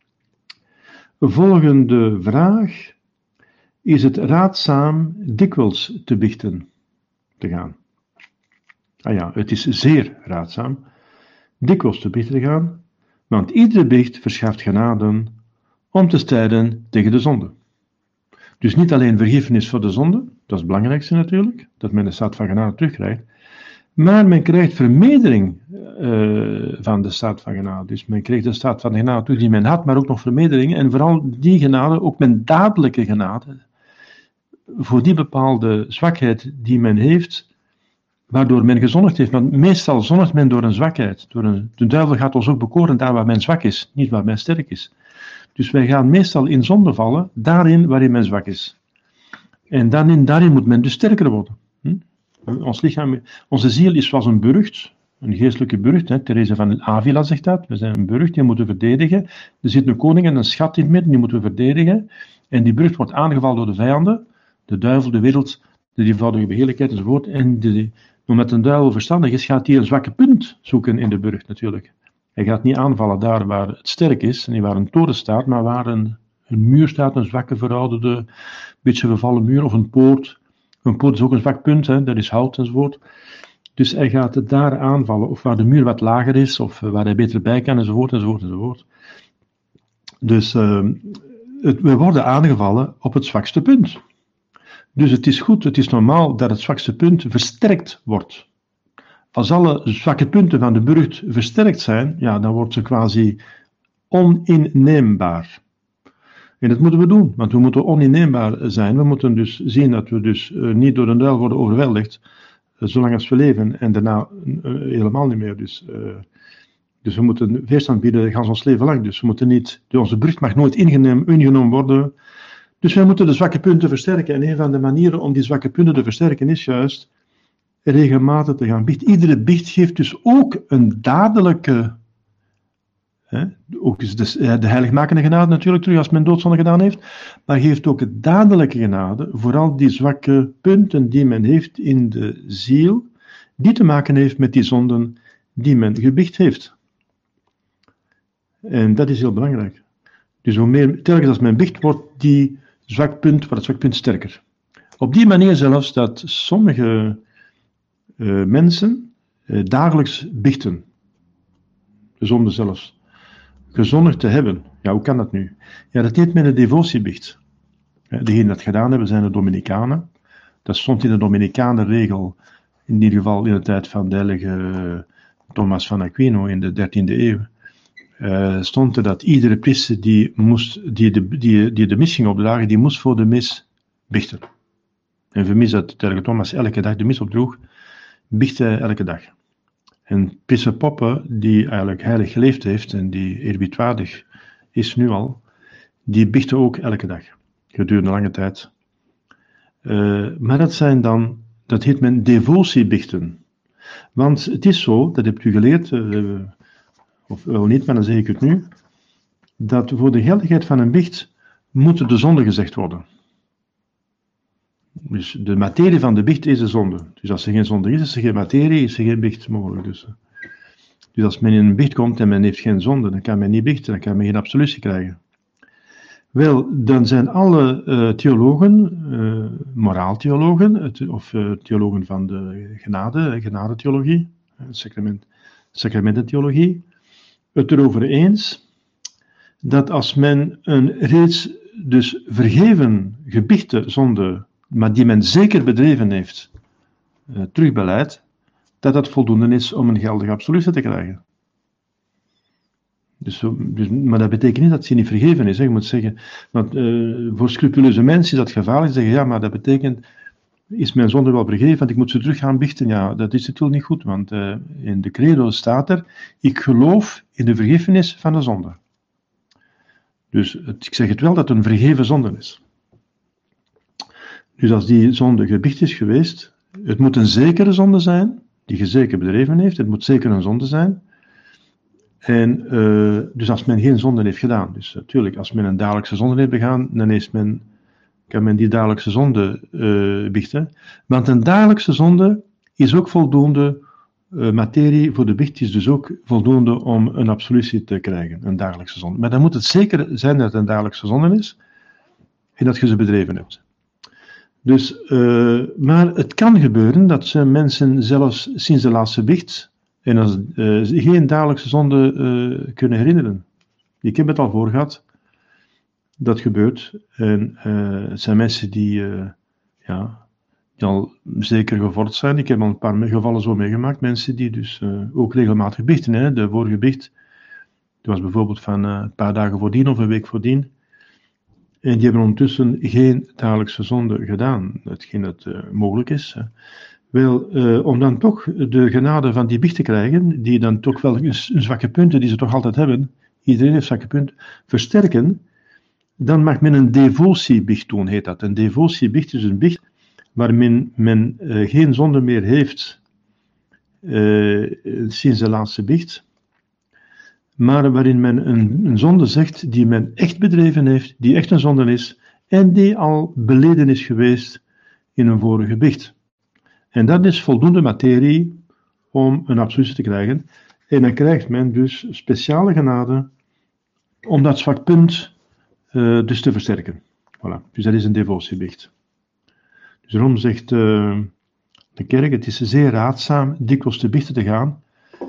Volgende vraag. Is het raadzaam dikwijls te biechten te gaan? Ah ja, het is zeer raadzaam dikwijls te biechten te gaan, want iedere biecht verschaft genade om te strijden tegen de zonde. Dus niet alleen vergiffenis voor de zonde, dat is het belangrijkste natuurlijk, dat men de staat van genade terugkrijgt, maar men krijgt vermeerdering uh, van de staat van genade. Dus men krijgt de staat van genade terug die men had, maar ook nog vermeerdering. En vooral die genade, ook met dadelijke genade, voor die bepaalde zwakheid die men heeft, waardoor men gezondigd heeft. Want meestal zondigt men door een zwakheid. Door een, de duivel gaat ons ook bekoren daar waar men zwak is, niet waar men sterk is. Dus wij gaan meestal in zonde vallen, daarin waarin men zwak is. En daarin, daarin moet men dus sterker worden. Hm? Ons lichaam, onze ziel is zoals een burcht, een geestelijke burcht. Hè. Therese van Avila zegt dat. We zijn een burcht, die moeten we verdedigen. Er zit een koning en een schat in het midden, die moeten we verdedigen. En die burcht wordt aangevallen door de vijanden, de duivel, de wereld, de eenvoudige begeerlijkheid enzovoort. En de, omdat een duivel verstandig is, gaat hij een zwakke punt zoeken in de burcht natuurlijk. Hij gaat niet aanvallen daar waar het sterk is, niet waar een toren staat, maar waar een, een muur staat, een zwakke, verouderde, beetje vervallen muur of een poort. Een poort is ook een zwak punt, hè, dat is hout enzovoort. Dus hij gaat het daar aanvallen, of waar de muur wat lager is, of waar hij beter bij kan, enzovoort, enzovoort, enzovoort. Dus uh, het, we worden aangevallen op het zwakste punt. Dus het is goed, het is normaal dat het zwakste punt versterkt wordt. Als alle zwakke punten van de burcht versterkt zijn, ja, dan wordt ze quasi oninneembaar. En dat moeten we doen, want we moeten oninneembaar zijn. We moeten dus zien dat we dus uh, niet door een duivel worden overweldigd, uh, zolang als we leven, en daarna uh, helemaal niet meer. Dus, uh, dus we moeten weerstand bieden, gans ons leven lang. Dus we moeten niet, onze burcht mag nooit ingenomen, ingenomen worden. Dus wij moeten de zwakke punten versterken. En een van de manieren om die zwakke punten te versterken is juist regelmatig te gaan biechten. Iedere biecht geeft dus ook een dadelijke Hè? Ook is de, de heiligmakende genade natuurlijk terug als men doodzonde gedaan heeft, maar geeft ook het dadelijke genade, vooral die zwakke punten die men heeft in de ziel, die te maken heeft met die zonden die men gebiecht heeft. En dat is heel belangrijk. Dus hoe meer, telkens als men bicht, wordt die zwakpunt, wordt het zwakpunt sterker. Op die manier zelfs dat sommige uh, mensen uh, dagelijks bichten. De zonde zelfs. Gezondigd te hebben. Ja, hoe kan dat nu? Ja, dat heet men een devotiebicht. Degenen die dat gedaan hebben zijn de Dominicanen. Dat stond in de Dominicanenregel, in ieder geval in de tijd van de heilige Thomas van Aquino in de dertiende eeuw. Uh, stond er dat iedere priester die, moest, die, de, die, die de mis ging opdragen, die moest voor de mis bichten. En vermis dat de heilige Thomas elke dag de mis opdroeg, bichtte hij elke dag. En priester Poppe, die eigenlijk heilig geleefd heeft en die eerbiedwaardig is nu al, die bichtte ook elke dag, gedurende lange tijd. Uh, maar dat zijn dan, dat heet men devotiebichten. Want het is zo, dat hebt u geleerd, uh, of wel niet, maar dan zeg ik het nu, dat voor de geldigheid van een biecht moet de zonde gezegd worden. Dus de materie van de biecht is de zonde. Dus als er geen zonde is, is er geen materie, is er geen biecht mogelijk. Dus, dus als men in een biecht komt en men heeft geen zonde, dan kan men niet biechten, dan kan men geen absolutie krijgen. Wel, dan zijn alle uh, theologen, uh, moraaltheologen, het, of uh, theologen van de genade, genadetheologie, sacrament, sacramententheologie, het erover eens dat als men een reeds dus vergeven gebiechte zonde, maar die men zeker bedreven heeft, uh, terugbeleidt, dat dat voldoende is om een geldige absolutie te krijgen. Dus, dus, maar dat betekent niet dat ze niet vergeven is. Hè. Je moet zeggen, want uh, voor scrupuleuze mensen is dat gevaarlijk. Ze zeggen, ja, maar dat betekent, is mijn zonde wel vergeven, want ik moet ze terug gaan biechten. Ja, dat is natuurlijk niet goed, want uh, in de credo staat er, ik geloof in de vergiffenis van de zonde. Dus het, ik zeg het wel dat het een vergeven zonde is. Dus als die zonde gebiecht is geweest, het moet een zekere zonde zijn, die je zeker bedreven heeft, het moet zeker een zonde zijn. En uh, dus als men geen zonde heeft gedaan, dus natuurlijk, als men een dagelijkse zonde heeft begaan, dan is men, kan men die dagelijkse zonde uh, biechten. Want een dagelijkse zonde is ook voldoende uh, materie voor de biecht, is dus ook voldoende om een absolutie te krijgen, een dagelijkse zonde. Maar dan moet het zeker zijn dat het een dagelijkse zonde is en dat je ze bedreven hebt. Dus, uh, maar het kan gebeuren dat ze mensen zelfs sinds de laatste biecht en als uh, geen dagelijkse zonde uh, kunnen herinneren. Ik heb het al voor gehad. Dat gebeurt. En uh, het zijn mensen die, uh, ja, die al zeker gevorderd zijn. Ik heb al een paar gevallen zo meegemaakt. Mensen die dus uh, ook regelmatig biechten. Hè. De vorige biecht, dat was bijvoorbeeld van uh, een paar dagen voordien of een week voordien. En die hebben ondertussen geen dagelijkse zonde gedaan. Hetgeen dat uh, mogelijk is. Hè. Wel, uh, om dan toch de genade van die biecht te krijgen, die dan toch wel een, een zwakke punten, die ze toch altijd hebben, iedereen heeft zwakke punten, versterken, dan mag men een devotiebiecht doen, heet dat. Een devotiebiecht is een biecht waarin men uh, geen zonde meer heeft uh, sinds de laatste biecht, maar waarin men een, een zonde zegt die men echt bedreven heeft, die echt een zonde is, en die al beleden is geweest in een vorige biecht. En dat is voldoende materie om een absolutie te krijgen. En dan krijgt men dus speciale genade om dat zwak punt uh, dus te versterken. Voilà. Dus dat is een devotiebiecht. Dus daarom zegt uh, de kerk, het is zeer raadzaam dikwijls te biechten te gaan.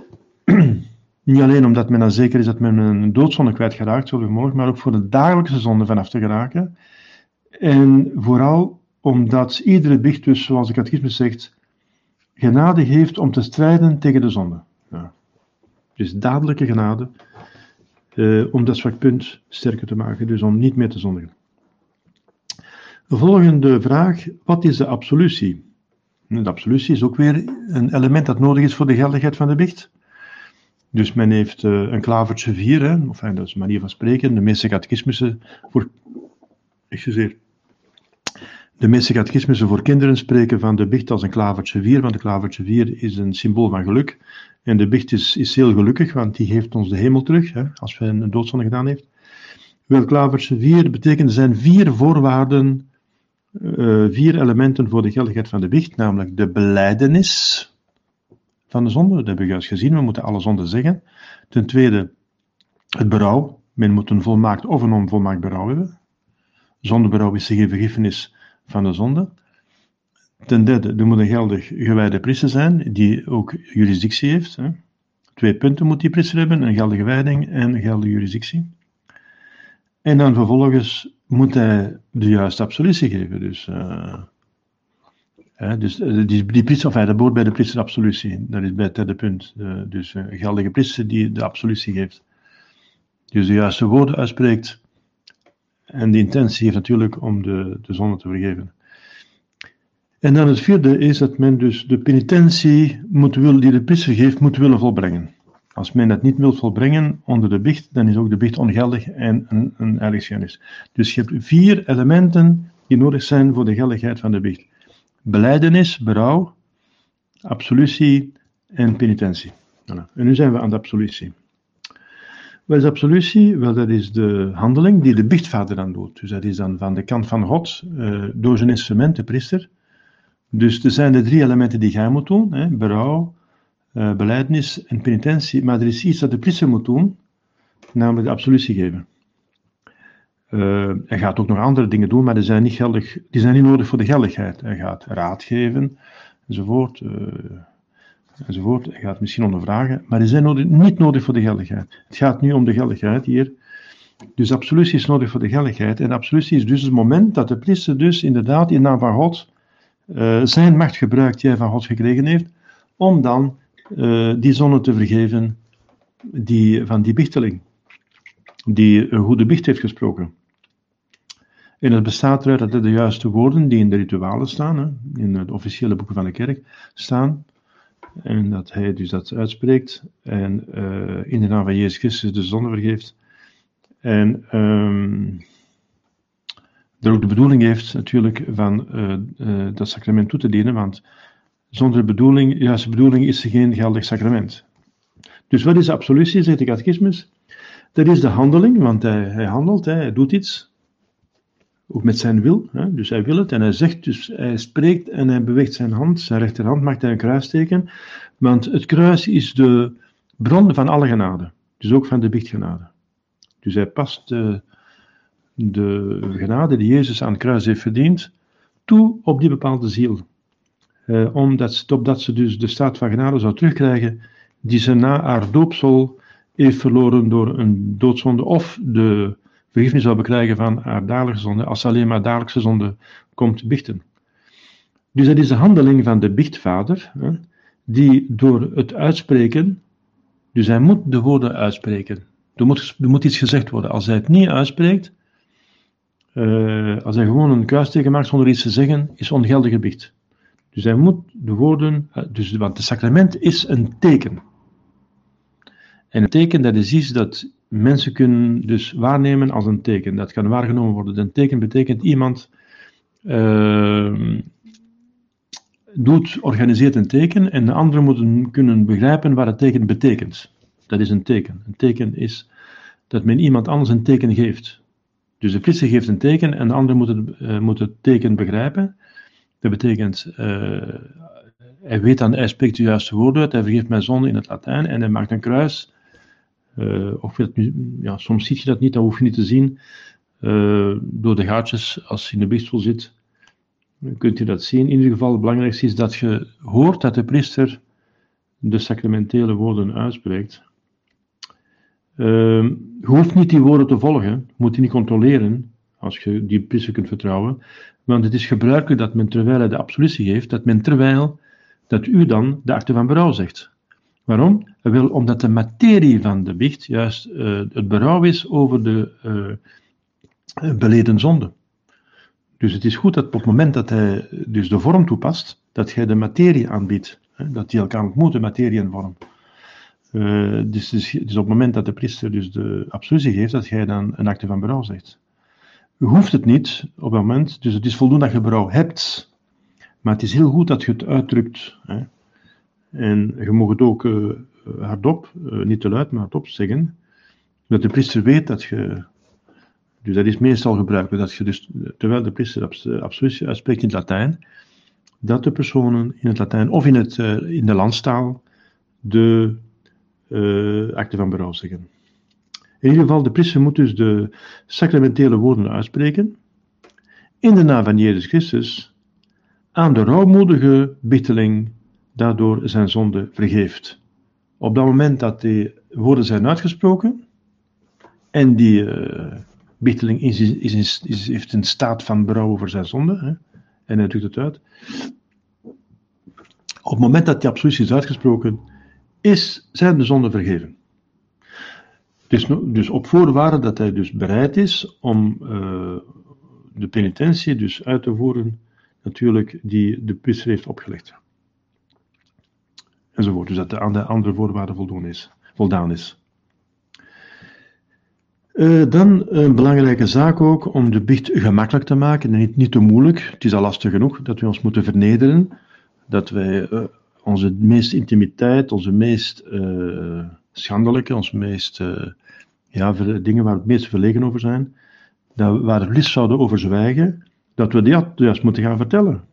Niet alleen omdat men dan zeker is dat men een doodzonde kwijtgeraakt, zo mogelijk, maar ook voor de dagelijkse zonde vanaf te geraken. En vooral omdat iedere biecht, dus zoals de catechismus zegt, genade geeft om te strijden tegen de zonde. Ja. Dus dadelijke genade, eh, om dat zwak punt sterker te maken, dus om niet meer te zondigen. De volgende vraag, wat is de absolutie? De absolutie is ook weer een element dat nodig is voor de geldigheid van de biecht. Dus men heeft uh, een klavertje vier, hè, of dat is een manier van spreken, de meeste catechismussen voor... Excuseer. De meeste catechismussen voor kinderen spreken van de biecht als een klavertje vier, want de klavertje vier is een symbool van geluk. En de biecht is, is heel gelukkig, want die geeft ons de hemel terug, hè, als wij een doodzonde gedaan heeft. Wel, klavertje vier betekent, er zijn vier voorwaarden, uh, vier elementen voor de geldigheid van de biecht, namelijk de belijdenis van de zonde, dat hebben we juist gezien, we moeten alle zonden zeggen. Ten tweede, het berouw, men moet een volmaakt of een onvolmaakt berouw hebben. Zondeberouw is de vergiffenis van de zonde. Ten derde, er moet een geldig gewijde priester zijn, die ook jurisdictie heeft. Hè. Twee punten moet die priester hebben, een geldige wijding en een geldige jurisdictie. En dan vervolgens moet hij de juiste absolutie geven. Dus, uh, hè, dus die, die priester, of hij dat behoort bij de priester absolutie. Dat is bij het derde punt. Uh, dus een geldige priester die de absolutie geeft. Dus de juiste woorden uitspreekt. En de intentie heeft natuurlijk om de, de zonde te vergeven. En dan het vierde is dat men dus de penitentie moet willen, die de priester geeft, moet willen volbrengen. Als men dat niet wil volbrengen onder de biecht, dan is ook de biecht ongeldig en een, een heiligschennis. Dus je hebt vier elementen die nodig zijn voor de geldigheid van de biecht. Belijdenis, berouw, absolutie en penitentie. Voilà. En nu zijn we aan de absolutie. Wat is absolutie? Wel, dat is de handeling die de biechtvader dan doet. Dus dat is dan van de kant van God, uh, door zijn instrument, de priester. Dus er zijn de drie elementen die hij moet doen, hè, berouw, uh, belijdenis en penitentie, maar er is iets dat de priester moet doen, namelijk de absolutie geven. Uh, hij gaat ook nog andere dingen doen, maar die zijn niet, geldig, die zijn niet nodig voor de geldigheid. Hij gaat raad geven, enzovoort, uh, enzovoort. Hij gaat misschien ondervragen, maar die zijn nodig, niet nodig voor de geldigheid. Het gaat nu om de geldigheid hier. Dus absolutie is nodig voor de geldigheid, en absolutie is dus het moment dat de priester dus inderdaad in naam van God Uh, zijn macht gebruikt die hij van God gekregen heeft, om dan uh, die zonde te vergeven die, van die bichteling, die een goede biecht heeft gesproken. En het bestaat eruit dat de juiste woorden die in de ritualen staan, hè, in de officiële boeken van de kerk staan, en dat hij dus dat uitspreekt, en uh, in de naam van Jezus Christus de zonde vergeeft, en um, dat ook de bedoeling heeft natuurlijk van uh, uh, dat sacrament toe te dienen, want zonder bedoeling, juiste bedoeling is er geen geldig sacrament. Dus wat is de absolutie, zegt de catechismus? Dat is de handeling, want hij, hij handelt, hij, hij doet iets, ook met zijn wil, hè, dus hij wil het en hij zegt, dus hij spreekt en hij beweegt zijn hand, zijn rechterhand maakt hij een kruisteken, want het kruis is de bron van alle genade, dus ook van de biechtgenade. Dus hij past de de genade die Jezus aan het kruis heeft verdiend, toe op die bepaalde ziel. Uh, omdat, opdat ze dus de staat van genade zou terugkrijgen, die ze na haar doopsel heeft verloren door een doodzonde, of de vergiffenis zou bekrijgen van haar dagelijkse zonde, als ze alleen maar dagelijkse zonde komt biechten. Dus dat is de handeling van de biechtvader, hè, die door het uitspreken, dus hij moet de woorden uitspreken. Er moet, er moet iets gezegd worden. Als hij het niet uitspreekt, Uh, als hij gewoon een kruisteken maakt zonder iets te zeggen, is ongeldige biecht. Dus hij moet de woorden, uh, dus, want het sacrament is een teken. En een teken, dat is iets dat mensen kunnen dus waarnemen als een teken. Dat kan waargenomen worden. Een teken betekent iemand uh, doet, organiseert een teken en de anderen moeten kunnen begrijpen wat het teken betekent. Dat is een teken. Een teken is dat men iemand anders een teken geeft. Dus de priester geeft een teken en de ander moet het, uh, moet het teken begrijpen. Dat betekent, uh, hij weet dan, hij spreekt de juiste woorden uit, hij vergeeft mijn zonde in het Latijn en hij maakt een kruis. Uh, of dat nu, ja, soms zie je dat niet, dat hoef je niet te zien. Uh, door de gaatjes, als je in de biechtstoel zit, kunt je dat zien. In ieder geval, het belangrijkste is dat je hoort dat de priester de sacramentele woorden uitspreekt. Uh, je hoeft niet die woorden te volgen, je moet die niet controleren, als je die priester kunt vertrouwen, want het is gebruikelijk dat men, terwijl hij de absolutie geeft, dat men terwijl, dat u dan de akte van berouw zegt. Waarom? Wel, omdat de materie van de biecht juist uh, het berouw is over de uh, beleden zonde. Dus het is goed dat op het moment dat hij dus de vorm toepast, dat hij de materie aanbiedt, hè, dat die elkaar ontmoeten, materie en vorm. Uh, dus, dus, dus op het moment dat de priester dus de absolutie geeft, dat jij dan een akte van berouw zegt. Je hoeft het niet op dat moment, dus het is voldoende dat je berouw hebt. Maar het is heel goed dat je het uitdrukt. Hè. En je mag het ook uh, hardop, uh, niet te luid, maar hardop zeggen. Dat de priester weet dat je... Dus dat is meestal gebruikelijk, dat je dus, terwijl de priester absolutie uitspreekt in het Latijn, dat de personen in het Latijn of in, het, uh, in de landstaal de uh, akte van berouw zeggen. In ieder geval, de priester moet dus de sacramentele woorden uitspreken, in de naam van Jezus Christus, aan de rouwmoedige bichteling daardoor zijn zonde vergeeft. Op dat moment dat die woorden zijn uitgesproken, en die uh, bichteling is, is, is, is, heeft een staat van berouw over zijn zonde, hè, en hij drukt het uit. Op het moment dat die absolutie is uitgesproken, is, zijn de zonden vergeven. Dus, dus op voorwaarde dat hij dus bereid is om uh, de penitentie dus uit te voeren, natuurlijk, die de priester heeft opgelegd. Enzovoort. Dus dat de aan de andere voorwaarden voldaan is. Voldaan is. Uh, dan een belangrijke zaak ook om de biecht gemakkelijk te maken en niet, niet te moeilijk. Het is al lastig genoeg dat we ons moeten vernederen, dat wij uh, onze meest intimiteit, onze meest uh, schandelijke, onze meest uh, ja, dingen waar we het meest verlegen over zijn, dat we, waar we liefst zouden over zwijgen, dat we dat juist moeten gaan vertellen.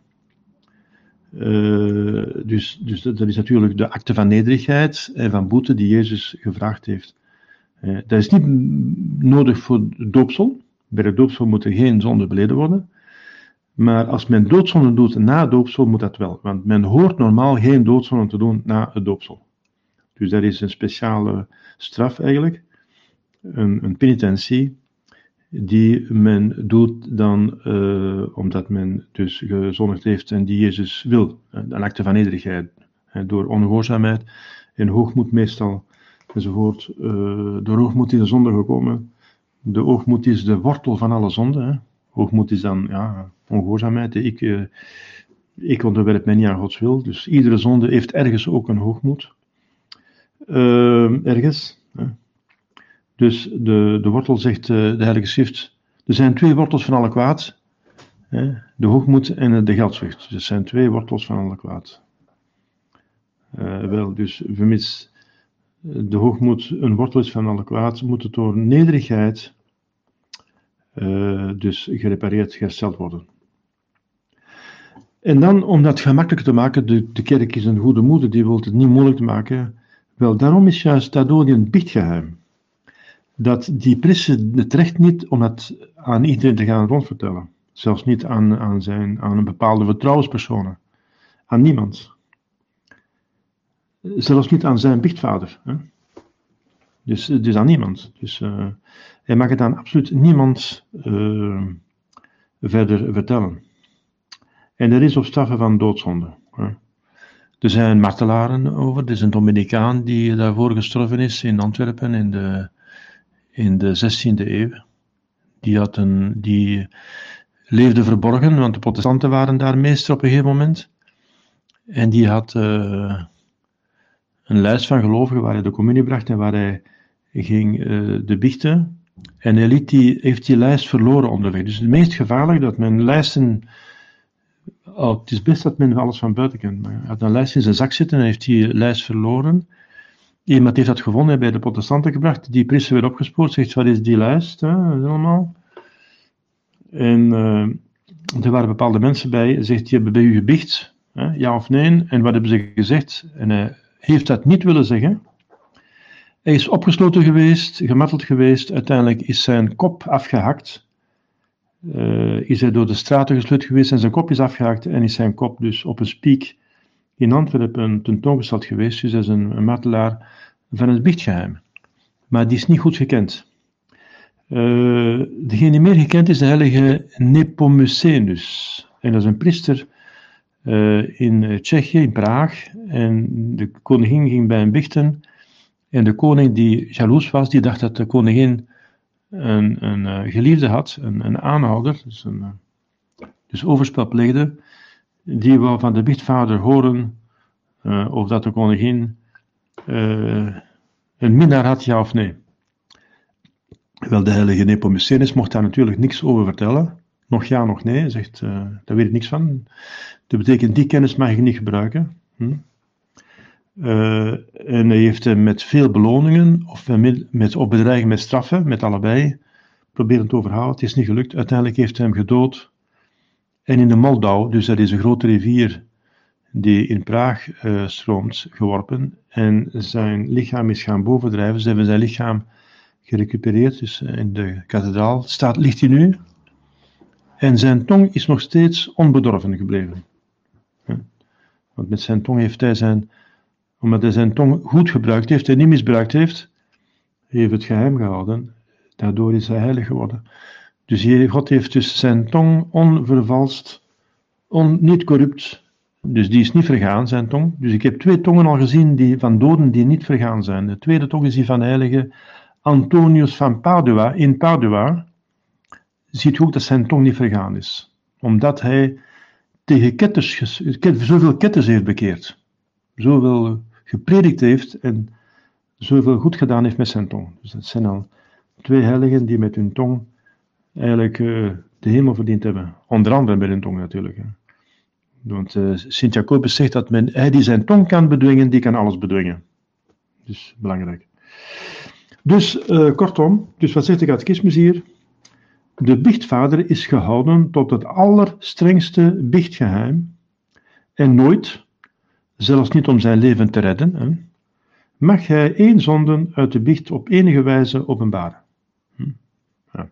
Uh, dus, dus dat is natuurlijk de akte van nederigheid en van boete die Jezus gevraagd heeft. Uh, dat is niet nodig voor de doopsel. Bij de doopsel moet er geen zonde beleden worden. Maar als men doodzonde doet na het doopsel, moet dat wel. Want men hoort normaal geen doodzonde te doen na het doopsel. Dus dat is een speciale straf eigenlijk. Een, een penitentie die men doet dan uh, omdat men dus gezondigd heeft en die Jezus wil. Een acte van nederigheid. Door ongehoorzaamheid en hoogmoed meestal enzovoort. Uh, door hoogmoed is de zonde gekomen. De hoogmoed is de wortel van alle zonde. Hè. Hoogmoed is dan ja, ongehoorzaamheid. Ik, uh, ik onderwerp mij niet aan Gods wil. Dus iedere zonde heeft ergens ook een hoogmoed. Uh, ergens. Hè. Dus de, de wortel zegt uh, de Heilige Schrift. Er zijn twee wortels van alle kwaad. Hè, de hoogmoed en de geldzucht. Dus er zijn twee wortels van alle kwaad. Uh, wel, dus vermits de hoogmoed een wortel is van alle kwaad, moet het door nederigheid uh, dus gerepareerd, hersteld worden. En dan, om dat gemakkelijker te maken, de, de kerk is een goede moeder, die wil het niet moeilijk te maken. Wel, daarom is juist daardoor een biechtgeheim. Dat die priester het recht niet om het aan iedereen te gaan rondvertellen. Zelfs niet aan, aan, zijn, aan een bepaalde vertrouwenspersonen. Aan niemand. Zelfs niet aan zijn biechtvader. Hè? Dus, dus aan niemand. Dus uh, hij mag het aan absoluut niemand uh, verder vertellen. En er is op straffe van doodzonde. Hè? Er zijn martelaren over. Er is een Dominicaan die daarvoor gestorven is in Antwerpen in de, in de zestiende eeuw. Die, had een, die leefde verborgen, want de protestanten waren daar meester op een gegeven moment. En die had uh, een lijst van gelovigen waar hij de communie bracht en waar hij ging uh, de biechten. En hij liet die, heeft die lijst verloren onderweg. Dus het meest gevaarlijk dat men lijsten... Oh, het is best dat men alles van buiten kent. Maar hij had een lijst in zijn zak zitten en heeft die lijst verloren. Iemand heeft dat gevonden, bij de protestanten gebracht. Die priester werd opgespoord, zegt, wat is die lijst? Hè? Allemaal. En uh, er waren bepaalde mensen bij, zegt, die hebben bij u gebiecht, hè? Ja of nee? En wat hebben ze gezegd? En hij heeft dat niet willen zeggen. Hij is opgesloten geweest, gemarteld geweest, uiteindelijk is zijn kop afgehakt. Uh, is hij door de straten gesleurd geweest en zijn kop is afgehakt en is zijn kop dus op een spiek in Antwerpen tentoongesteld geweest. Dus hij is een, een martelaar van het biechtgeheim. Maar die is niet goed gekend. Uh, degene die meer gekend is de heilige Nepomucenus. En dat is een priester uh, in Tsjechië, in Praag. En de koningin ging bij hem biechten. En de koning die jaloers was, die dacht dat de koningin een, een uh, geliefde had, een, een aanhouder, dus, een, uh, dus overspel pleegde. Die wou van de biechtvader horen uh, of dat de koningin uh, een minnaar had, ja of nee. Wel, de heilige Nepomucenus mocht daar natuurlijk niks over vertellen. Nog ja, nog nee. Hij zegt, uh, daar weet ik niks van. Dat betekent, die kennis mag je niet gebruiken. Hm? Uh, en hij heeft hem met veel beloningen, of met, met, of bedreiging met straffen, met allebei, proberen te overhalen. Het is niet gelukt. Uiteindelijk heeft hij hem gedood. En in de Moldau, dus dat is een grote rivier die in Praag uh, stroomt, geworpen. En zijn lichaam is gaan bovendrijven. Ze hebben zijn lichaam gerecupereerd, dus in de kathedraal staat, ligt hij nu. En zijn tong is nog steeds onbedorven gebleven. Ja. Want met zijn tong heeft hij zijn, omdat hij zijn tong goed gebruikt heeft en niet misbruikt heeft, heeft het geheim gehouden. Daardoor is hij heilig geworden. Dus God heeft dus zijn tong onvervalst, on, niet corrupt. Dus die is niet vergaan, zijn tong. Dus ik heb twee tongen al gezien die, van doden die niet vergaan zijn. De tweede tong is die van de heilige Antonius van Padua. In Padua ziet je ook dat zijn tong niet vergaan is. Omdat hij tegen ketters, zoveel ketters heeft bekeerd. Zoveel gepredikt heeft en zoveel goed gedaan heeft met zijn tong. Dus dat zijn al twee heiligen die met hun tong eigenlijk uh, de hemel verdiend hebben. Onder andere met hun tong natuurlijk. Hè. Want uh, Sint Jacobus zegt dat men, hij die zijn tong kan bedwingen, die kan alles bedwingen. Dus belangrijk. Dus uh, kortom, dus wat zegt de catechismus hier? De biechtvader is gehouden tot het allerstrengste biechtgeheim en nooit, zelfs niet om zijn leven te redden, hè, mag hij één zonde uit de biecht op enige wijze openbaren. Hm? Ja.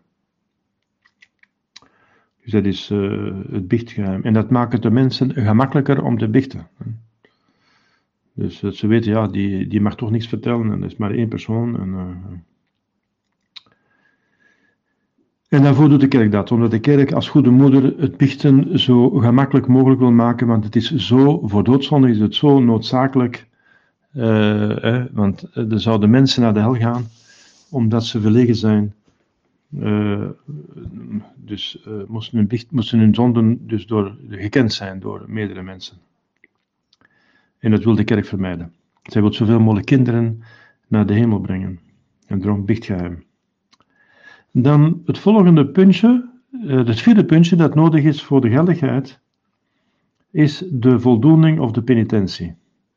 Dus dat is uh, het biechtgeheim. En dat maakt het de mensen gemakkelijker om te biechten. Hè. Dus dat ze weten, ja, die, die mag toch niks vertellen en dat is maar één persoon. En, uh, en daarvoor doet de kerk dat, omdat de kerk als goede moeder het biechten zo gemakkelijk mogelijk wil maken, want het is zo, voor doodzonde is het zo noodzakelijk, uh, eh, want er zouden mensen naar de hel gaan, omdat ze verlegen zijn. Uh, dus uh, moesten, hun biecht, moesten hun zonden dus door, gekend zijn door meerdere mensen. En dat wil de kerk vermijden. Zij wil zoveel mogelijk kinderen naar de hemel brengen. En daarom biechtgeheim. Dan het volgende puntje, het vierde puntje dat nodig is voor de geldigheid, is de voldoening of de penitentie.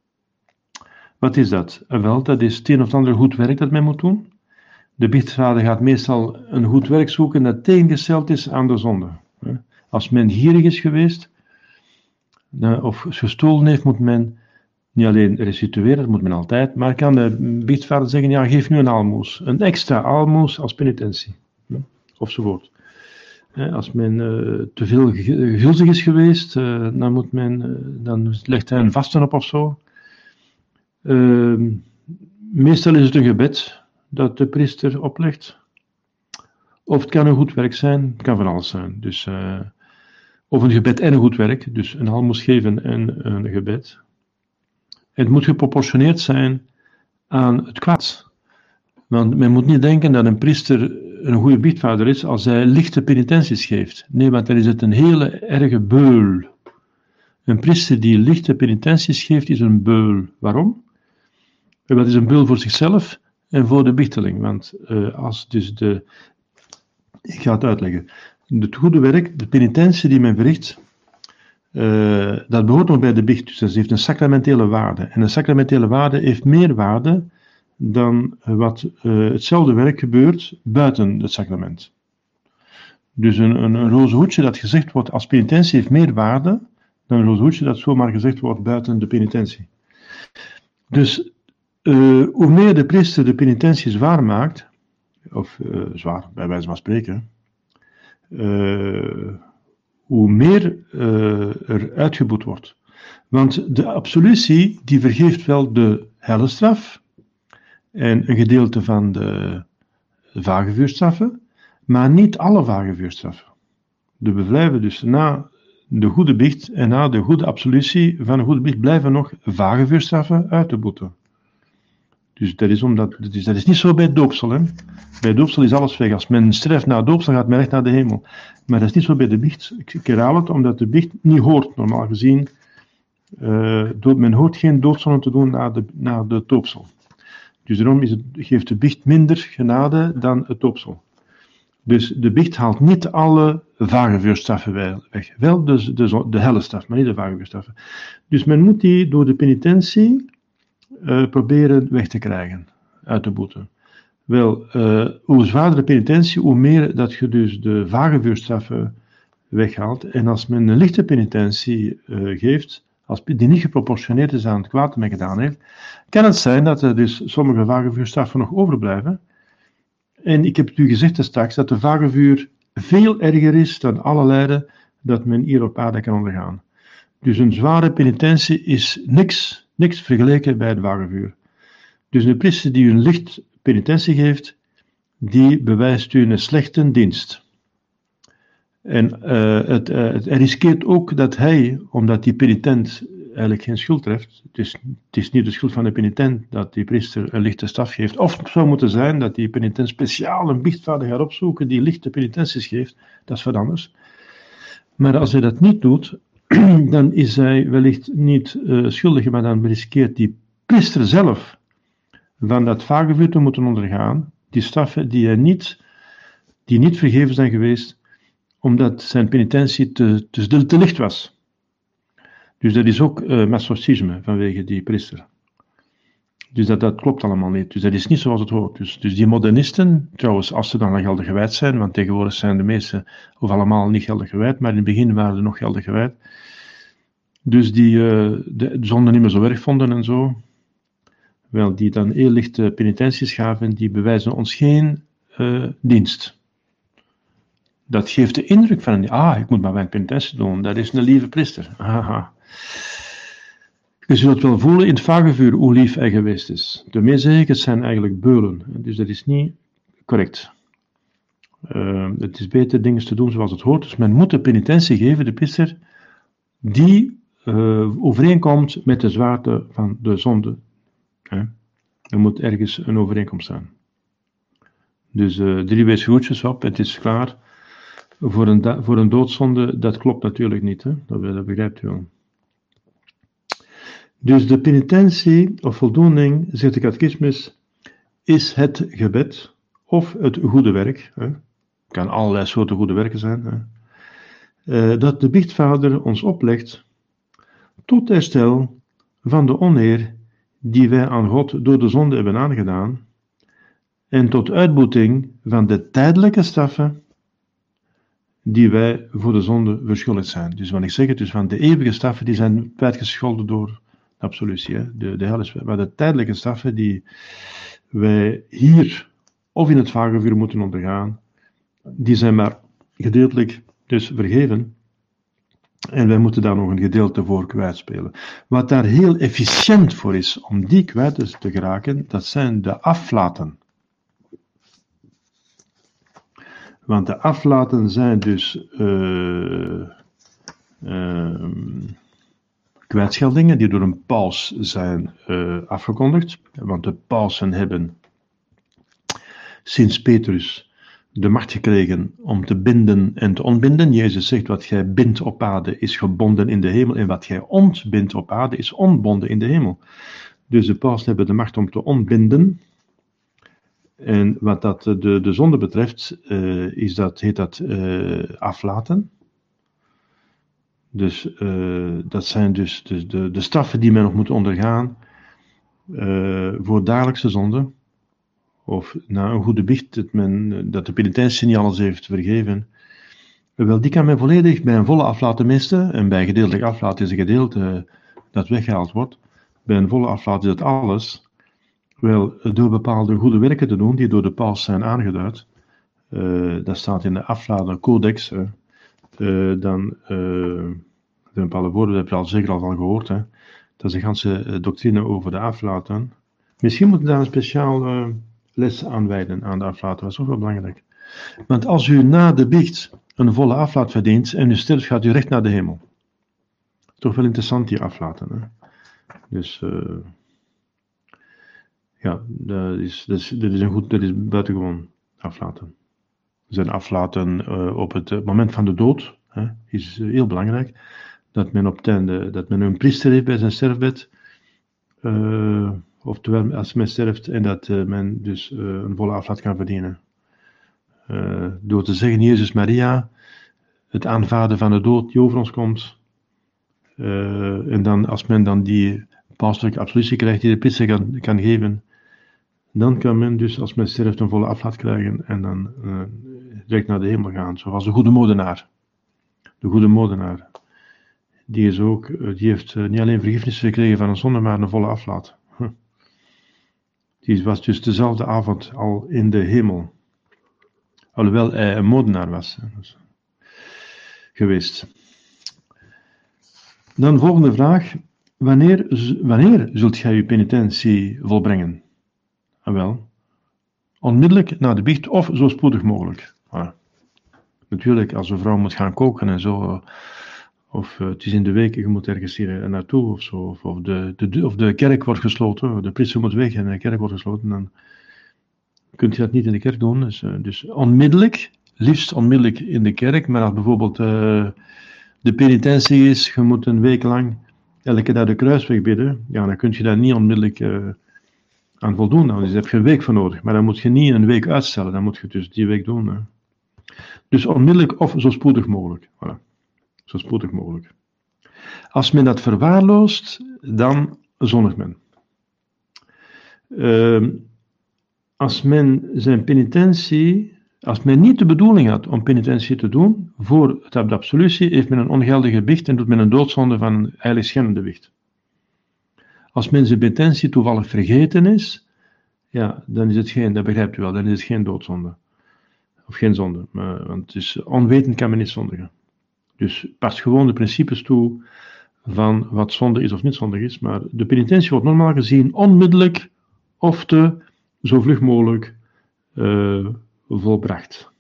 Wat is dat? Wel, dat is het een of het andere goed werk dat men moet doen. De biechtvader gaat meestal een goed werk zoeken dat tegengesteld is aan de zonde. Als men gierig is geweest, of gestolen heeft, moet men niet alleen restitueren, dat moet men altijd, maar kan de biechtvader zeggen, ja, geef nu een aalmoes. Een extra aalmoes als penitentie. Ofzovoort. Als men uh, te veel gulzig is geweest, uh, dan, moet men, uh, dan legt hij een vasten op of zo. Uh, meestal is het een gebed dat de priester oplegt. Of het kan een goed werk zijn, het kan van alles zijn. Dus, uh, of een gebed en een goed werk, dus een aalmoes geven en een gebed. Het moet geproportioneerd zijn aan het kwaad. Want men moet niet denken dat een priester een goede biechtvader is als hij lichte penitenties geeft. Nee, want dan is het een hele erge beul. Een priester die lichte penitenties geeft is een beul. Waarom? Dat is een beul voor zichzelf en voor de biehteling. Want uh, als dus de... Ik ga het uitleggen. Het goede werk, de penitentie die men verricht, uh, dat behoort nog bij de biecht. Dus dat heeft een sacramentele waarde. En een sacramentele waarde heeft meer waarde dan wat uh, hetzelfde werk gebeurt buiten het sacrament. Dus een, een, een roze hoedje dat gezegd wordt als penitentie heeft meer waarde dan een roze hoedje dat zomaar gezegd wordt buiten de penitentie. Dus uh, hoe meer de priester de penitentie zwaar maakt, of uh, zwaar, bij wijze van spreken, uh, hoe meer uh, er uitgeboet wordt. Want de absolutie, die vergeeft wel de hellestraf, en een gedeelte van de vagevuurstraffen, maar niet alle vagevuurstraffen. De bevlijven dus na de goede biecht en na de goede absolutie van een goede biecht blijven nog vagevuurstraffen uit te boeten. Dus dat is, omdat, dus dat is niet zo bij het doopsel. Hè. Bij het doopsel is alles weg. Als men sterft na het doopsel gaat men recht naar de hemel. Maar dat is niet zo bij de biecht. Ik herhaal het, omdat de biecht niet hoort, normaal gezien. Uh, men hoort geen doopsel te doen na de, na de doopsel. Dus daarom is het, geeft de biecht minder genade dan het doopsel. Dus de biecht haalt niet alle vagevuurstraffen weg. Wel de, de, de helle straf, maar niet de vagevuurstraffen. Dus men moet die door de penitentie uh, proberen weg te krijgen, uit de boete. Wel, uh, hoe zwaarder de penitentie, hoe meer dat je dus de vagevuurstraffen weghaalt. En als men een lichte penitentie uh, geeft, als die niet geproportioneerd is aan het kwaad dat men gedaan heeft, kan het zijn dat er dus sommige vagevuurstraffen nog overblijven. En ik heb het u gezegd straks dat de vagevuur veel erger is dan alle lijden dat men hier op aarde kan ondergaan. Dus een zware penitentie is niks, niks vergeleken bij het vagevuur. Dus een priester die u een licht penitentie geeft, die bewijst u een slechte dienst. En uh, het, uh, het, hij riskeert ook dat hij, omdat die penitent eigenlijk geen schuld treft, het is, het is niet de schuld van de penitent dat die priester een lichte straf geeft, of het zou moeten zijn dat die penitent speciaal een biechtvader gaat opzoeken die lichte penitenties geeft, dat is wat anders. Maar als hij dat niet doet, dan is hij wellicht niet uh, schuldig, maar dan riskeert die priester zelf van dat vagevuur te moeten ondergaan, die straffen die, hij niet, die niet vergeven zijn geweest, omdat zijn penitentie te, te, te licht was. Dus dat is ook uh, masochisme vanwege die priester. Dus dat, dat klopt allemaal niet. Dus dat is niet zoals het hoort. Dus, dus die modernisten, trouwens, als ze dan al geldig gewijd zijn, want tegenwoordig zijn de meeste, of allemaal niet geldig gewijd, maar in het begin waren ze nog geldig gewijd. Dus die uh, de zonde niet meer zo erg vonden en zo. Wel, die dan heel lichte penitenties gaven, die bewijzen ons geen uh, dienst. Dat geeft de indruk van, ah, ik moet maar mijn penitentie doen, dat is een lieve priester. Aha. Je zult het wel voelen in het vagevuur hoe lief hij geweest is. Daarmee zeg ik, het zijn eigenlijk beulen. Dus dat is niet correct. Uh, het is beter dingen te doen zoals het hoort. Dus men moet de penitentie geven, de priester, die uh, overeenkomt met de zwaarte van de zonde. Hè? Er moet ergens een overeenkomst zijn. Dus uh, drie wees groetjes op, het is klaar. Voor een, da- voor een doodzonde, dat klopt natuurlijk niet. Hè? Dat, dat begrijpt u wel. Dus de penitentie of voldoening, zegt de catechismus, is het gebed of het goede werk. Hè? Het kan allerlei soorten goede werken zijn. Hè? Uh, dat de biechtvader ons oplegt tot herstel van de oneer die wij aan God door de zonde hebben aangedaan en tot uitboeting van de tijdelijke straffen die wij voor de zonde verschuldigd zijn. Dus wat ik zeg, het is van de eeuwige straffen die zijn kwijtgescholden door de absolutie. Hè? De, de hel is, maar de tijdelijke straffen die wij hier of in het vagevuur moeten ondergaan, die zijn maar gedeeltelijk dus vergeven. En wij moeten daar nog een gedeelte voor kwijtspelen. Wat daar heel efficiënt voor is om die kwijt te geraken, dat zijn de aflaten. Want de aflaten zijn dus uh, uh, kwijtscheldingen die door een paus zijn uh, afgekondigd. Want de pausen hebben sinds Petrus de macht gekregen om te binden en te ontbinden. Jezus zegt, wat gij bindt op aarde is gebonden in de hemel en wat gij ontbindt op aarde is ontbonden in de hemel. Dus de pausen hebben de macht om te ontbinden. En wat dat de, de zonde betreft, uh, is dat, heet dat uh, aflaten. Dus uh, dat zijn dus de, de, de straffen die men nog moet ondergaan uh, voor dagelijkse zonde. Of na een goede biecht, dat, men, dat de penitentie niet alles heeft vergeven. Wel, die kan men volledig bij een volle aflaten misten. En bij gedeeltelijk aflaten is een gedeelte dat weggehaald wordt. Bij een volle aflaten is dat alles. Wel, door bepaalde goede werken te doen, die door de paus zijn aangeduid. Uh, dat staat in de aflaten codex. Uh, dan, uh, een bepaalde woorden, dat heb je al zeker al van gehoord. Hè. Dat is een ganse doctrine over de aflaten. Misschien moeten we daar een speciaal uh, les aan wijden aan de aflaten. Dat is ook wel belangrijk. Want als u na de biecht een volle aflaat verdient en u sterft, gaat u recht naar de hemel. Toch wel interessant, die aflaten. Hè. Dus... Uh, Ja, dat is, dat, is, dat is een goed, dat is buitengewoon aflaten. Er zijn aflaten uh, op het moment van de dood, hè, is heel belangrijk, dat men op het einde, dat men een priester heeft bij zijn sterfbed, uh, Oftewel, als men sterft en dat uh, men dus uh, een volle aflaat kan verdienen. Uh, door te zeggen, Jezus Maria, het aanvaarden van de dood die over ons komt. Uh, en dan, als men dan die pauselijke absolutie krijgt, die de priester kan, kan geven, dan kan men dus, als men sterft, een volle aflaat krijgen en dan uh, direct naar de hemel gaan. Zoals de goede moordenaar. De goede moordenaar. Die, is ook, uh, die heeft uh, niet alleen vergiffenis gekregen van een zonde, maar een volle aflaat. Huh. Die was dus dezelfde avond al in de hemel. Alhoewel hij een moordenaar was. Dus, geweest. Dan volgende vraag. Wanneer, wanneer zult gij uw penitentie volbrengen? Ah, wel, onmiddellijk na de biecht of zo spoedig mogelijk. Voilà. Natuurlijk, als een vrouw moet gaan koken en zo, of uh, het is in de week, je moet ergens hier naartoe of zo, of, of, de, de, of de kerk wordt gesloten, de priester moet weg en de kerk wordt gesloten, dan kun je dat niet in de kerk doen. Dus, uh, dus onmiddellijk, liefst onmiddellijk in de kerk, maar als bijvoorbeeld uh, de penitentie is, je moet een week lang elke dag de kruisweg bidden, ja, dan kun je daar niet onmiddellijk uh, aan voldoen. Dan dus heb je een week voor nodig, maar dan moet je niet een week uitstellen, dan moet je dus die week doen. Hè. Dus onmiddellijk of zo spoedig mogelijk. Voilà. Zo spoedig mogelijk. Als men dat verwaarloost, dan zondigt men. Uh, als men zijn penitentie, als men niet de bedoeling had om penitentie te doen, voor het de absolutie, heeft men een ongeldige biecht en doet men een doodzonde van een heiligschendende biecht. Als men zijn penitentie toevallig vergeten is, ja, dan is het geen, dat begrijpt u wel, dan is het geen doodzonde. Of geen zonde, maar, want het is, onwetend kan men niet zondigen. Dus pas gewoon de principes toe van wat zonde is of niet zondig is, maar de penitentie wordt normaal gezien onmiddellijk of te zo vlug mogelijk uh, volbracht.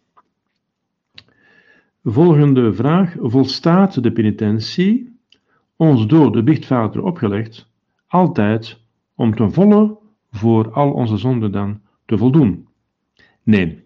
Volgende vraag. Volstaat de penitentie, ons door de biechtvader opgelegd, altijd om ten volle voor al onze zonden dan te voldoen? Nee.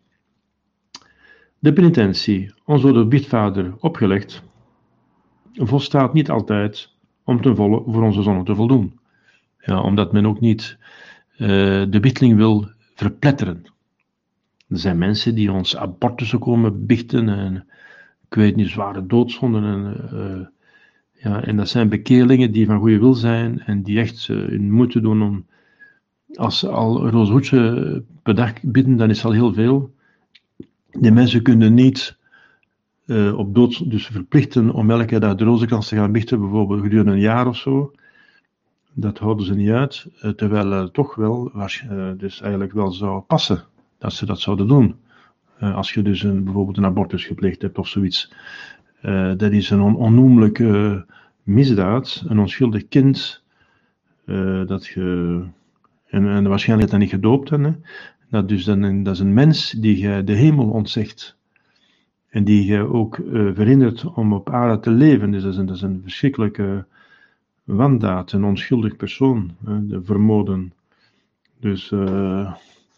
De penitentie, ons door de biechtvader opgelegd, volstaat niet altijd om ten volle voor onze zonden te voldoen. Ja, omdat men ook niet uh, de biehteling wil verpletteren. Er zijn mensen die ons abortussen komen biechten en ik weet niet, zware doodzonden. En, uh, ja, en dat zijn bekeerlingen die van goede wil zijn en die echt uh, hun moeite doen om, als ze al een roze hoedje per dag bidden, dan is het al heel veel. Die mensen kunnen niet uh, op dood dus verplichten om elke dag de rozenkrans te gaan biechten, bijvoorbeeld gedurende een jaar of zo. Dat houden ze niet uit, uh, terwijl het uh, toch wel, uh, dus eigenlijk wel zou passen dat ze dat zouden doen. Uh, als je dus een, bijvoorbeeld een abortus gepleegd hebt of zoiets. Uh, dat is een on- onnoemelijke misdaad, een onschuldig kind, uh, dat je, en, en waarschijnlijk dan niet gedoopt hebt, hè. Dat, dus dan, dat is een mens die je de hemel ontzegt. En die je ook uh, verhindert om op aarde te leven. Dus dat is een, dat is een verschrikkelijke wandaad, een onschuldig persoon, hè, de vermoorden. Dus, uh,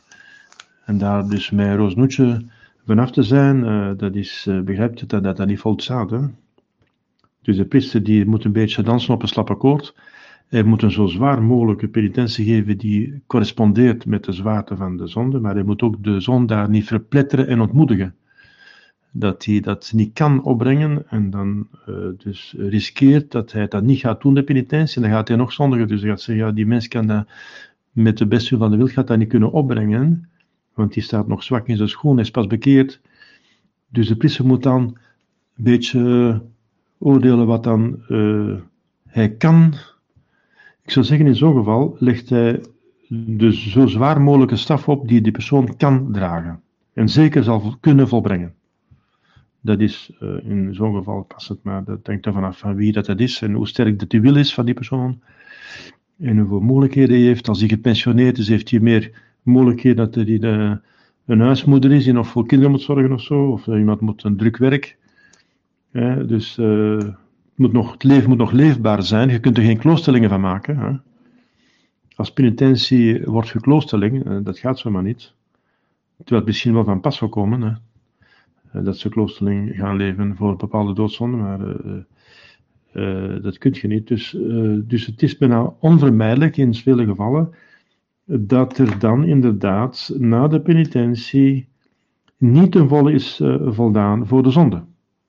en daar dus met roosnoetje vanaf te zijn, uh, dat is, uh, begrijpt het, dat, dat dat niet volstaat. Hè? Dus de priester die moet een beetje dansen op een slap akkoord. Hij moet een zo zwaar mogelijke penitentie geven die correspondeert met de zwaarte van de zonde, maar hij moet ook de zondaar niet verpletteren en ontmoedigen. Dat hij dat niet kan opbrengen en dan uh, dus riskeert dat hij dat niet gaat doen, de penitentie, en dan gaat hij nog zondigen. Dus hij gaat zeggen, ja, die mens kan dat met de beste wil van de wil gaat dat niet kunnen opbrengen, want die staat nog zwak in zijn schoen, hij is pas bekeerd. Dus de priester moet dan een beetje uh, oordelen wat dan uh, hij kan. Ik zou zeggen, in zo'n geval legt hij de zo zwaar mogelijke straf op die die persoon kan dragen. En zeker zal kunnen volbrengen. Dat is uh, in zo'n geval passend, maar dat hangt er vanaf van wie dat, dat is en hoe sterk dat die wil is van die persoon. En hoeveel mogelijkheden hij heeft. Als hij gepensioneerd is, heeft hij meer mogelijkheden dat hij de, een huismoeder is die nog voor kinderen moet zorgen of zo. Of iemand moet een druk werk. Ja, dus uh, het, moet nog, het leven moet nog leefbaar zijn. Je kunt er geen kloosterlingen van maken. Hè. Als penitentie wordt je kloosterling, uh, dat gaat zomaar niet. Terwijl het misschien wel van pas zou komen. Hè. Uh, dat ze kloosterling gaan leven voor bepaalde doodzonden, maar uh, uh, dat kun je niet. Dus, uh, dus het is bijna onvermijdelijk in vele gevallen dat er dan inderdaad na de penitentie niet ten volle is uh, voldaan voor de zonde.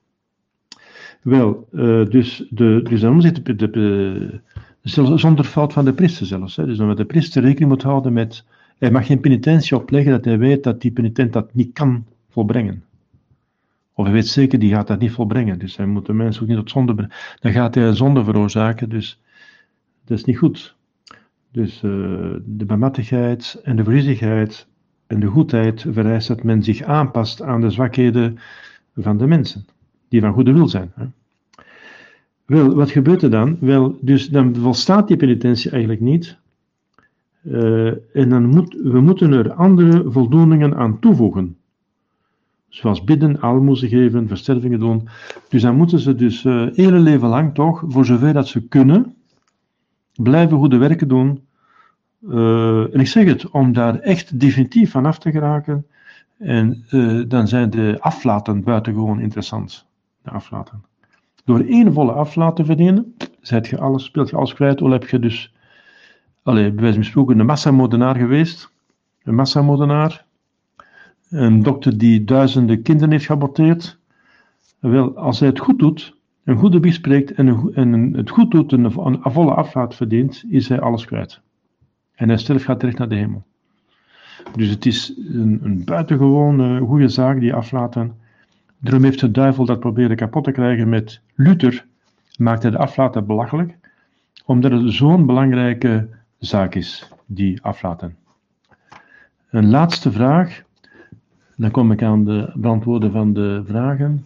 Wel, uh, dus, de, dus dan zit de, de, de, zelfs zonder fout van de priester zelfs. Hè. Dus dan met de priester rekening moet houden met, hij mag geen penitentie opleggen dat hij weet dat die penitent dat niet kan volbrengen. Of hij weet zeker, die gaat dat niet volbrengen. Dus hij moet de mensen ook niet tot zonde brengen. Dan gaat hij een zonde veroorzaken, dus dat is niet goed. Dus uh, de barmhartigheid en de voorzichtigheid en de goedheid vereist dat men zich aanpast aan de zwakheden van de mensen, die van goede wil zijn. Hè. Wel, wat gebeurt er dan? Wel, dus dan volstaat die penitentie eigenlijk niet. Uh, en dan moet, we moeten er andere voldoeningen aan toevoegen. Zoals bidden, aalmoezen geven, verstervingen doen. Dus dan moeten ze dus uh, hele leven lang toch, voor zover dat ze kunnen, blijven goede werken doen. Uh, en ik zeg het, om daar echt definitief van af te geraken. En uh, dan zijn de aflaten buitengewoon interessant. De aflaten. Door één volle aflaat te verdienen, zijt je alles, speelt je alles kwijt. Al heb je dus, allee, bij wijze van spreken, een massamoordenaar geweest. Een massamoordenaar. Een dokter die duizenden kinderen heeft geaborteerd. Wel, als hij het goed doet, een goede biecht spreekt en, een, en het goed doet en een, een volle aflaat verdient, is hij alles kwijt. En hij zelf gaat terecht naar de hemel. Dus het is een, een buitengewoon uh, goede zaak, die aflaten. Daarom heeft de duivel dat proberen kapot te krijgen met Luther. Maakte hij de aflaten belachelijk, omdat het zo'n belangrijke zaak is, die aflaten. Een laatste vraag. Dan kom ik aan de beantwoorden van de vragen.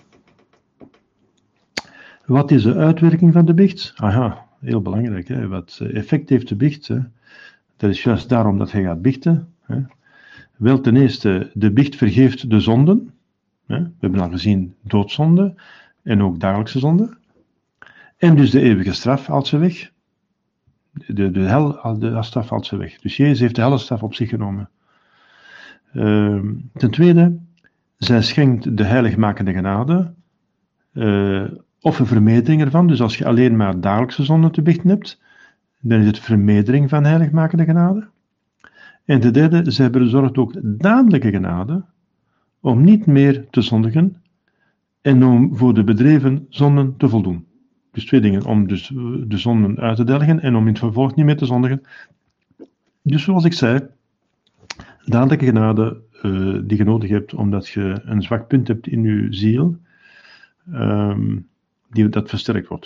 Wat is de uitwerking van de biecht? Aha, heel belangrijk. Hè? Wat effect heeft de biecht? Hè? Dat is juist daarom dat hij gaat biechten. Hè? Wel, ten eerste, de biecht vergeeft de zonden. Hè? We hebben al gezien doodzonde en ook dagelijkse zonde. En dus de eeuwige straf haalt ze weg. De, de hel, de straf haalt ze weg. Dus Jezus heeft de hellestraf op zich genomen. Uh, ten tweede, zij schenkt de heiligmakende genade, uh, of een vermeerdering ervan. Dus als je alleen maar dagelijkse zonden te biechten hebt, dan is het vermeerdering van heiligmakende genade. En ten derde, zij bezorgt ook dadelijke genade, om niet meer te zondigen en om voor de bedreven zonden te voldoen. Dus twee dingen, om dus de zonden uit te delgen en om in het vervolg niet meer te zondigen. Dus zoals ik zei, dadelijke genade uh, die je nodig hebt omdat je een zwak punt hebt in je ziel, um, die, dat versterkt wordt.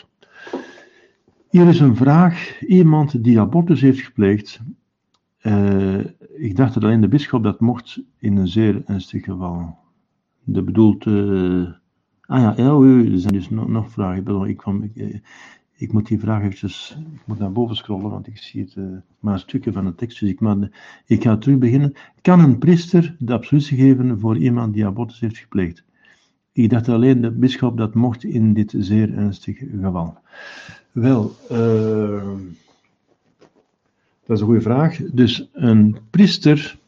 Hier is een vraag. Iemand die abortus heeft gepleegd. Uh, ik dacht dat alleen de bisschop dat mocht in een zeer ernstig geval. De bedoelt... Uh, ah ja, ja oei, er zijn dus nog, nog vragen. Pardon, ik, kwam, ik, ik moet die vraag eventjes... Ik moet naar boven scrollen, want ik zie het uh, maar een stukje van de tekst. Dus ik, maar, ik ga terug beginnen. Kan een priester de absolutie geven voor iemand die abortus heeft gepleegd? Ik dacht alleen de bisschop dat mocht in dit zeer ernstig geval. Wel, uh, dat is een goede vraag. Dus een priester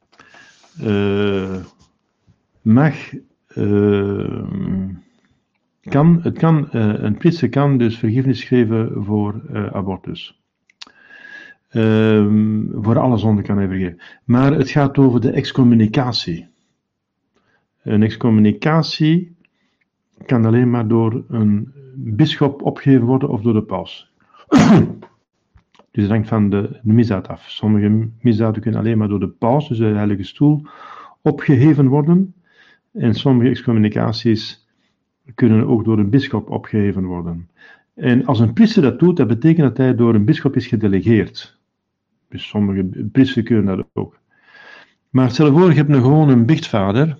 uh, mag, uh, kan, het kan, uh, een priester kan dus vergiffenis geven voor uh, abortus. Uh, voor alle zonden kan hij vergeven. Maar het gaat over de excommunicatie. Een excommunicatie kan alleen maar door een bisschop opgegeven worden of door de paus. Dus het hangt van de, de misdaad af. Sommige misdaden kunnen alleen maar door de paus, dus de heilige stoel, opgeheven worden. En sommige excommunicaties kunnen ook door een bisschop opgeheven worden. En als een priester dat doet, dat betekent dat hij door een bisschop is gedelegeerd. Dus sommige priesters kunnen dat ook. Maar stel voor, je hebt een, gewoon een biechtvader.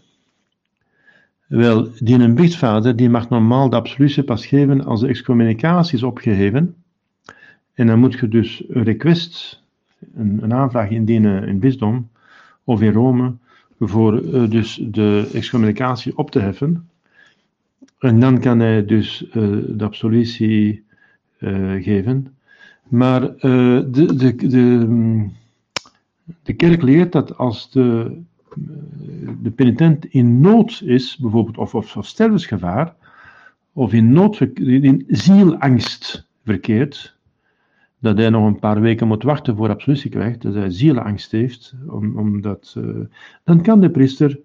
Wel, die een biechtvader, die mag normaal de absolutie pas geven als de excommunicatie is opgeheven. En dan moet je dus een request, een, een aanvraag indienen in het bisdom of in Rome, voor uh, dus de excommunicatie op te heffen. En dan kan hij dus uh, de absolutie uh, geven. Maar uh, de, de, de, de kerk leert dat als de, de penitent in nood is, bijvoorbeeld, of, of, of stervensgevaar, of in, nood, in zielangst verkeert, dat hij nog een paar weken moet wachten voor absolutie krijgt, dat hij zielenangst heeft, om, omdat, uh, dan kan de priester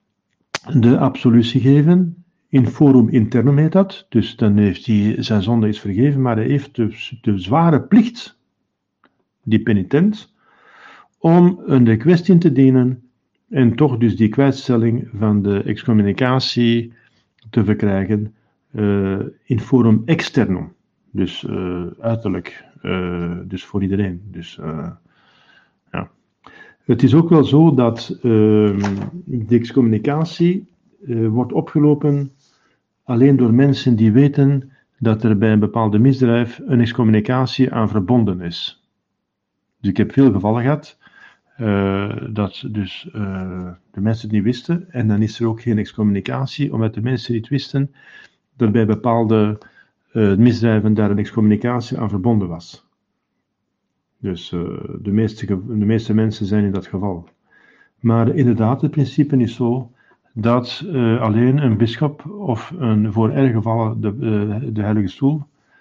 de absolutie geven, in forum internum heet dat, dus dan heeft hij zijn zonde is vergeven, maar hij heeft dus de zware plicht, die penitent, om een request in te dienen en toch dus die kwijtstelling van de excommunicatie te verkrijgen uh, in forum externum, dus uh, uiterlijk, uh, dus voor iedereen. Dus, uh, ja. Het is ook wel zo dat uh, de excommunicatie uh, wordt opgelopen alleen door mensen die weten dat er bij een bepaalde misdrijf een excommunicatie aan verbonden is. Dus ik heb veel gevallen gehad uh, dat dus uh, de mensen het niet wisten en dan is er ook geen excommunicatie, omdat de mensen niet wisten dat bij bepaalde uh, misdrijven daar een excommunicatie aan verbonden was. Dus uh, de, meeste, de meeste mensen zijn in dat geval. Maar inderdaad, het principe is zo dat uh, alleen een bisschop of een voor erge gevallen de, uh, de Heilige Stoel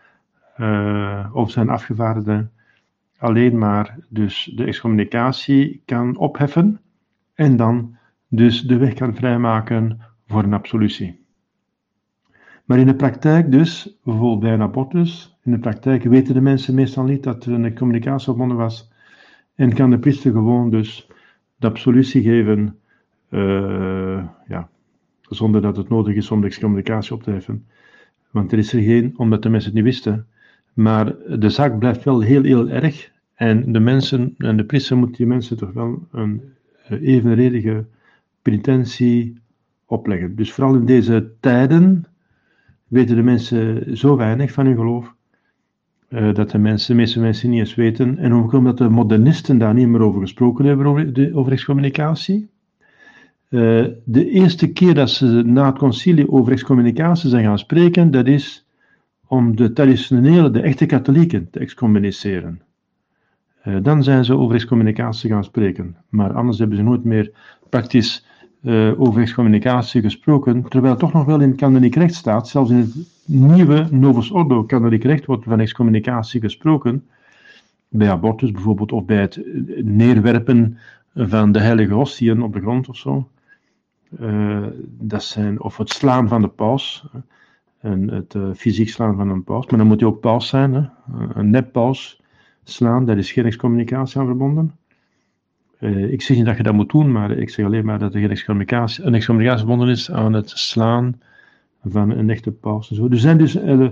uh, of zijn afgevaardigde alleen maar dus de excommunicatie kan opheffen en dan dus de weg kan vrijmaken voor een absolutie. Maar in de praktijk dus, bijvoorbeeld bij een abortus, in de praktijk weten de mensen meestal niet dat er een excommunicatie verbonden was en kan de priester gewoon dus de absolutie geven, uh, ja, zonder dat het nodig is om de excommunicatie op te heffen. Want er is er geen, omdat de mensen het niet wisten. Maar de zaak blijft wel heel, heel erg. En de mensen, en de priester moet die mensen toch wel een evenredige penitentie opleggen. Dus vooral in deze tijden weten de mensen zo weinig van hun geloof, uh, dat de, mensen, de meeste mensen niet eens weten. En ook omdat de modernisten daar niet meer over gesproken hebben, over, de, over excommunicatie. Uh, de eerste keer dat ze na het concilie over excommunicatie zijn gaan spreken, dat is om de traditionele, de echte katholieken te excommuniceren. Uh, dan zijn ze over excommunicatie gaan spreken. Maar anders hebben ze nooit meer praktisch uh, over excommunicatie gesproken, terwijl het toch nog wel in het kanoniek recht staat, zelfs in het nieuwe Novus Ordo kanoniek recht wordt van excommunicatie gesproken, bij abortus bijvoorbeeld, of bij het neerwerpen van de heilige hostieën op de grond of zo. Uh, dat zijn, of het slaan van de paus, en het uh, fysiek slaan van een paus, maar dan moet hij ook paus zijn, hè? Een neppaus slaan, daar is geen excommunicatie aan verbonden. Uh, ik zeg niet dat je dat moet doen, maar ik zeg alleen maar dat er geen excommunicatie, een excommunicatie verbonden is aan het slaan van een echte paus. En zo. Er zijn dus, uh,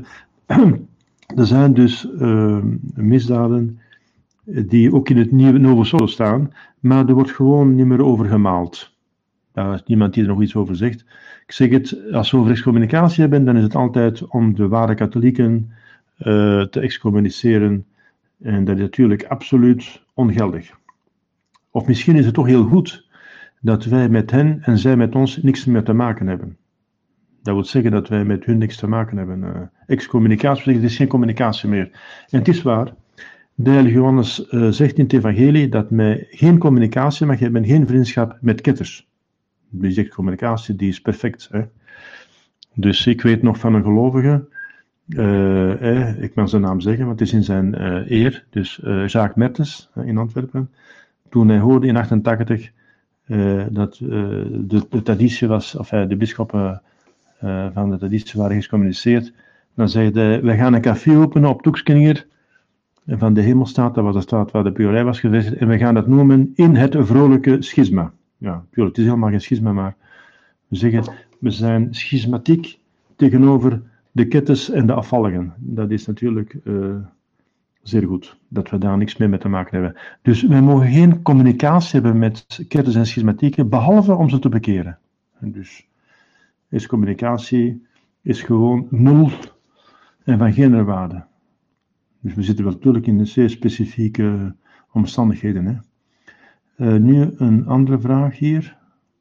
er zijn dus uh, misdaden die ook in het nieuwe Novus Ordo staan, maar er wordt gewoon niet meer over gemaald. Daar is niemand die er nog iets over zegt. Ik zeg het, als we over excommunicatie hebben, dan is het altijd om de ware katholieken uh, te excommuniceren. En dat is natuurlijk absoluut ongeldig. Of misschien is het toch heel goed dat wij met hen en zij met ons niks meer te maken hebben. Dat wil zeggen dat wij met hun niks te maken hebben. Uh, excommunicatie, het is geen communicatie meer. En het is waar. De heilige Johannes uh, zegt in het evangelie dat wij geen communicatie mag hebben, geen vriendschap met ketters. Die zegt communicatie, die is perfect. Hè? Dus ik weet nog van een gelovige, uh, eh, ik mag zijn naam zeggen, want het is in zijn uh, eer, dus uh, Jacques Mertens uh, in Antwerpen, toen hij hoorde in achtentachtig uh, dat uh, de, de traditie was, of uh, de bisschoppen uh, van de traditie waren gecommuniceerd, dan zei hij, wij gaan een café openen op Toekskenier, van de Hemelstaat, dat was de staat waar de priorij was gevestigd, en we gaan dat noemen in het vrolijke schisma. Ja, tuurlijk, het is helemaal geen schisma, maar we zeggen, we zijn schismatiek tegenover de ketters en de afvalligen. Dat is natuurlijk uh, zeer goed, dat we daar niks meer mee te maken hebben. Dus wij mogen geen communicatie hebben met ketters en schismatieken, behalve om ze te bekeren. En dus is communicatie is gewoon nul en van geen waarde. Dus we zitten wel natuurlijk in zeer specifieke omstandigheden, hè. Uh, nu een andere vraag hier.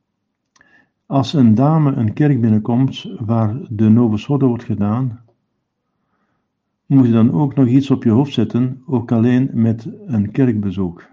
Als een dame een kerk binnenkomt waar de Novus Ordo wordt gedaan, moet je dan ook nog iets op je hoofd zetten, ook alleen met een kerkbezoek?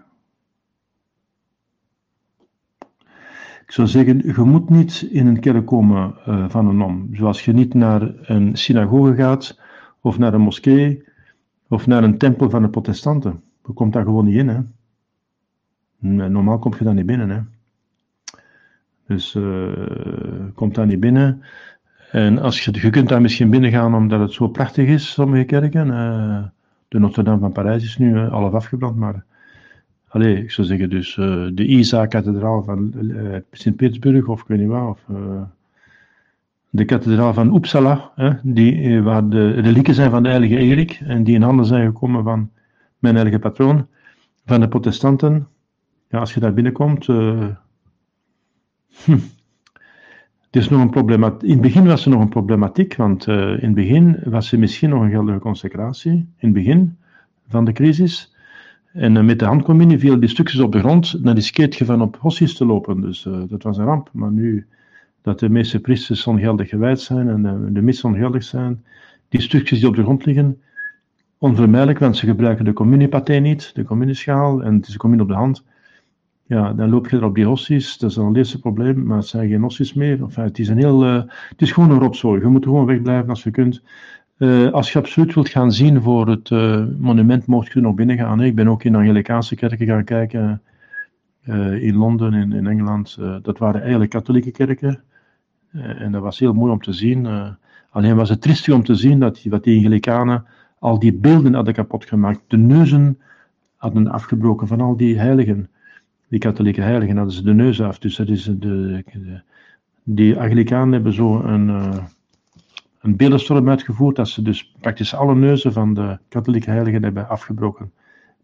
Ik zou zeggen, je moet niet in een kerk komen uh, van een non. Zoals je niet naar een synagoge gaat, of naar een moskee, Of naar een tempel van de protestanten. Je komt daar gewoon niet in, hè. Normaal kom je daar niet binnen, hè. Dus uh, komt daar niet binnen. En als je, je kunt daar misschien binnen gaan omdat het zo prachtig is, sommige kerken. Uh, de Notre-Dame van Parijs is nu uh, half afgebrand, maar... Allez, ik zou zeggen, dus uh, de Isa-kathedraal van uh, Sint-Petersburg, of ik weet niet waar, of... Uh, de kathedraal van Uppsala, hè, die, waar de relieken zijn van de heilige Erik, en die in handen zijn gekomen van mijn heilige patroon, van de protestanten. Ja, als je daar binnenkomt... Uh, hm, het is nog een problematiek. In het begin was er nog een problematiek, want uh, in het begin was er misschien nog een geldige consecratie, in het begin van de crisis. En uh, met de handcommunie vielen die stukjes op de grond, dan riskeert je van op hossies te lopen, dus uh, dat was een ramp. Maar nu dat de meeste priesters ongeldig gewijd zijn en uh, de mis ongeldig zijn, die stukjes die op de grond liggen, onvermijdelijk, want ze gebruiken de communiepathé niet, de communieschaal, en het is een communie op de hand. Ja, dan loop je er op die hossies, dat is al het eerste probleem, maar het zijn geen hossies meer. Enfin, het is een heel, uh, het is gewoon een rotzooi. Je moet er gewoon wegblijven als je kunt. Uh, als je absoluut wilt gaan zien voor het uh, monument, mocht je er nog binnen gaan. Ik ben ook in Anglikaanse kerken gaan kijken, uh, in Londen, in, in Engeland. Uh, dat waren eigenlijk katholieke kerken. Uh, en dat was heel mooi om te zien. Uh, alleen was het triestig om te zien dat die, dat die Anglikanen al die beelden hadden kapot gemaakt. De neuzen hadden afgebroken van al die heiligen. Die katholieke heiligen hadden ze de neus af. Dus dat is de, de, die Anglikanen hebben zo een, uh, een beeldenstorm uitgevoerd, dat ze dus praktisch alle neuzen van de katholieke heiligen hebben afgebroken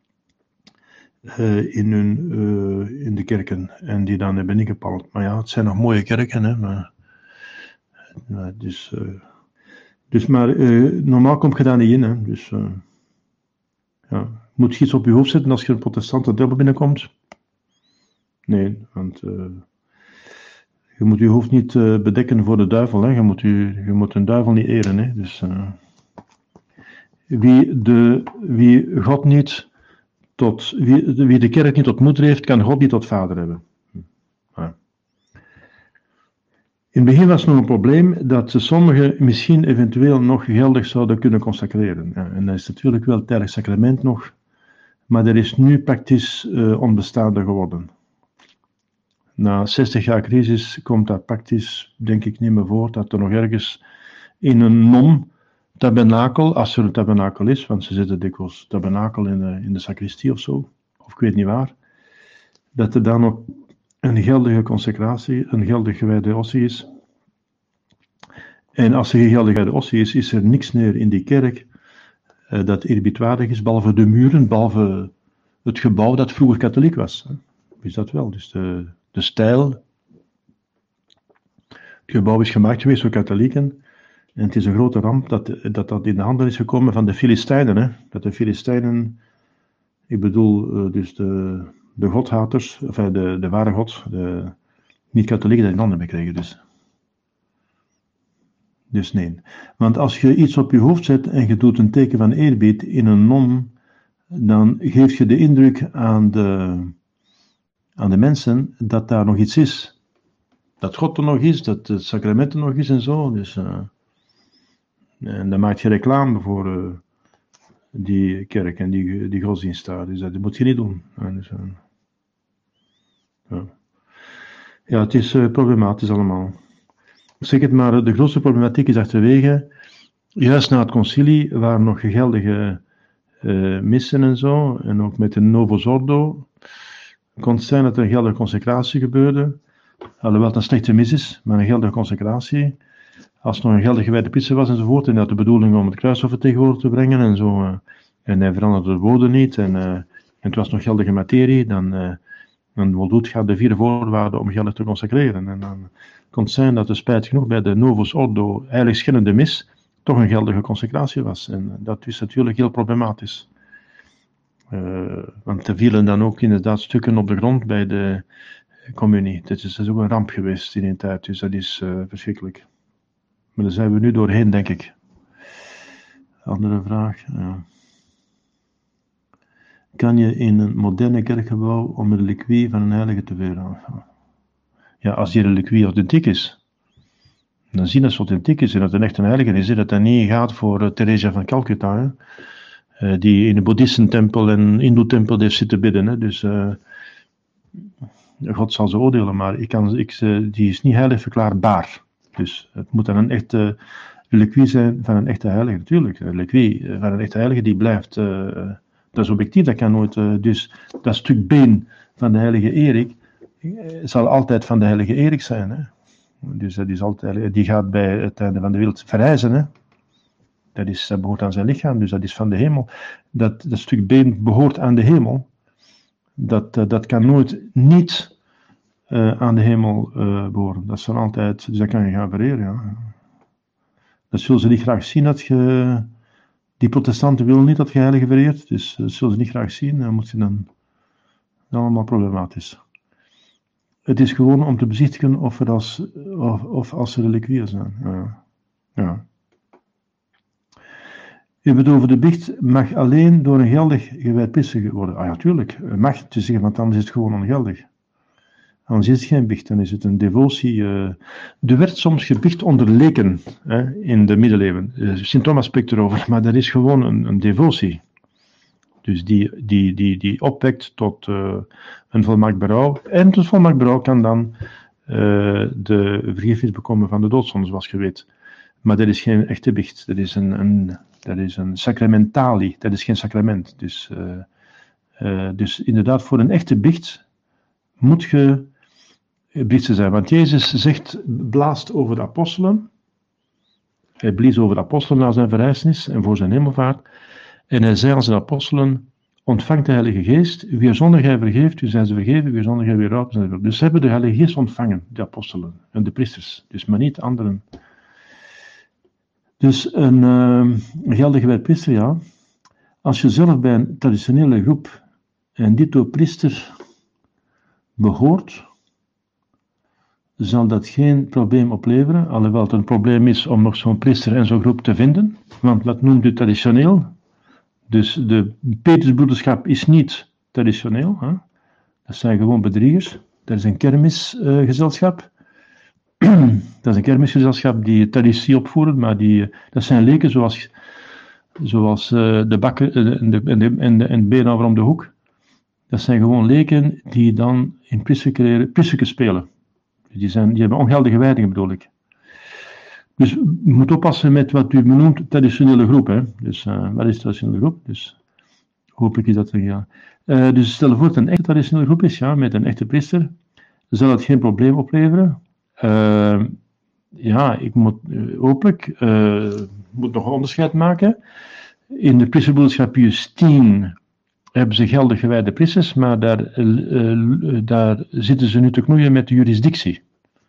uh, in, hun, uh, in de kerken. En die dan hebben ingepalmd. Maar ja, het zijn nog mooie kerken, hè. Maar, uh, dus, uh, dus maar uh, normaal kom je daar niet in, hè. Dus uh, ja, moet je iets op je hoofd zetten als je een protestante dubbel binnenkomt. Nee, want uh, je moet je hoofd niet uh, bedekken voor de duivel. Hè. Je, moet je, je moet een duivel niet eren. Hè. Dus, uh, wie, de, wie God niet tot, wie, wie de kerk niet tot moeder heeft, kan God niet tot vader hebben. Ja. In het begin was er nog een probleem dat sommigen misschien eventueel nog geldig zouden kunnen consacreren. Ja, en dat is natuurlijk wel het heilig sacrament nog, maar dat is nu praktisch uh, onbestaande geworden. Na zestig jaar crisis komt dat praktisch, denk ik, niet meer voor, dat er nog ergens in een non-tabernakel, als er een tabernakel is, want ze zetten dikwijls tabernakel in de, in de sacristie of zo, of ik weet niet waar, dat er dan nog een geldige consecratie, een geldig gewijde ossie is. En als er geen geldig gewijde ossie is, is er niks meer in die kerk uh, dat eerbiedwaardig is, behalve de muren, behalve het gebouw dat vroeger katholiek was. Hè. Is dat wel, dus de... De stijl. Het gebouw is gemaakt geweest door katholieken. En het is een grote ramp dat dat, dat in de handen is gekomen van de Filistijnen. Hè? Dat de Filistijnen, ik bedoel uh, dus de, de godhaters, of uh, de, de ware god, de niet-katholieken, dat in handen meekregen. Dus. dus nee. Want als je iets op je hoofd zet en je doet een teken van eerbied in een non, dan geef je de indruk aan de... aan de mensen, dat daar nog iets is. Dat God er nog is, dat het sacrament er nog is en zo. Dus, uh, en dan maak je reclame voor uh, die kerk en die, die godsdienst daar. Dus dat moet je niet doen. Ja, dus, uh, ja. ja, het is uh, problematisch allemaal. Ik zeg het maar, de grootste problematiek is achterwege. Juist na het concilie waren nog geldige uh, missen en zo. En ook met de Novus Ordo. Het kon zijn dat er een geldige consecratie gebeurde, alhoewel het een slechte mis is, maar een geldige consecratie, als er nog een geldige gewijde priester was enzovoort, en dat de bedoeling om het kruisoffer tegenwoordig te brengen en zo, uh, en hij veranderde de woorden niet, en, uh, en het was nog geldige materie, dan, uh, dan voldoet gaat de vier voorwaarden om geldig te consecreren. En dan kon het zijn dat er spijt genoeg bij de Novus Ordo heiligschennende mis toch een geldige consecratie was, en dat is natuurlijk heel problematisch. Uh, want er vielen dan ook inderdaad stukken op de grond bij de communie. Dit is dus ook een ramp geweest in die tijd, dus dat is uh, verschrikkelijk. Maar daar zijn we nu doorheen, denk ik. Andere vraag. Ja. Kan je in een moderne kerkgebouw om een reliquie van een heilige te veren? Ja, als die reliquie authentiek is, dan zien dat ze authentiek is en dat het echt een heilige is, dat dat niet gaat voor uh, Theresia van Calcutta, hè. uh, die in de boeddhistentempel en hindoe-tempel heeft zitten bidden. Hè. Dus uh, God zal ze oordelen, maar ik kan, ik, uh, die is niet heilig verklaarbaar. Dus het moet dan een echte reliquie zijn van een echte heilige. Natuurlijk, een reliquie van een echte heilige die blijft, uh, dat is objectief, dat kan nooit. Uh, dus dat stuk been van de heilige Erik uh, zal altijd van de heilige Erik zijn. Hè. Dus dat is altijd, die gaat bij het einde van de wereld verrijzen. Hè. Dat, is, dat behoort aan zijn lichaam, dus dat is van de hemel. Dat, dat stuk been behoort aan de hemel. Dat, uh, dat kan nooit niet uh, aan de hemel uh, behoren. Dat zal altijd, dus dat kan je gaan vereren. Ja. Dat zullen ze niet graag zien, dat je, die protestanten willen niet dat je heilige vereert, dus dat zullen ze niet graag zien, dan moet je dan, dan allemaal problematisch. Het is gewoon om te bezichtigen of er als, of, of als er reliquieën zijn. Ja. Ja. Je hebt het over de biecht mag alleen door een geldig gewijd priester worden. Ah ja, tuurlijk, mag te zeggen, want anders is het gewoon ongeldig. Anders is het geen biecht, dan is het een devotie. Uh, er werd soms gebiecht onder leken hè, in de middeleeuwen. Uh, Sint Thomas spreekt erover, maar dat is gewoon een, een devotie. Dus die, die, die, die opwekt tot uh, een volmaakt berouw. En tot volmaakt berouw kan dan uh, de vergiffenis bekomen van de doodzonde, zoals je weet. Maar dat is geen echte biecht. Dat is een, een, dat is een sacramentali. Dat is geen sacrament. Dus, uh, uh, dus inderdaad, voor een echte biecht moet je priester zijn. Want Jezus zegt, blaast over de apostelen. Hij blies over de apostelen na zijn verrijzenis en voor zijn hemelvaart. En hij zei aan zijn apostelen, ontvangt de Heilige Geest. Wie zonde gij vergeeft, u zijn ze vergeven. Wie zonde gij weer rouwt, zijn ze vergeven. Dus ze hebben de Heilige Geest ontvangen, de apostelen en de priesters. Dus maar niet anderen. Dus een, uh, een geldige gewijd priester, ja. Als je zelf bij een traditionele groep en dito priester behoort, zal dat geen probleem opleveren, alhoewel het een probleem is om nog zo'n priester en zo'n groep te vinden, want dat noemt u traditioneel. Dus de Petersbroederschap is niet traditioneel, hè? Dat zijn gewoon bedriegers. Dat is een kermisgezelschap. Uh, dat is een kermisgezelschap die traditie opvoeren, maar die, dat zijn leken zoals, zoals uh, de bakker en de, en de, en de, en de beenhouwer om de hoek. Dat zijn gewoon leken die dan in priesterke spelen. Die, zijn, die hebben ongeldige wijdingen, bedoel ik. Dus je moet oppassen met wat u benoemt traditionele groep. Hè. Dus uh, wat is traditionele groep? Dus hopelijk is dat er ja. Uh, dus stel voor dat het een echte traditionele groep is, ja, met een echte priester, zal dat geen probleem opleveren. Uh, ja, ik moet uh, hopelijk uh, moet nog een onderscheid maken. In de priesterbroederschap Pius tien hebben ze geldig gewijde priesters, maar daar, uh, uh, daar zitten ze nu te knoeien met de jurisdictie.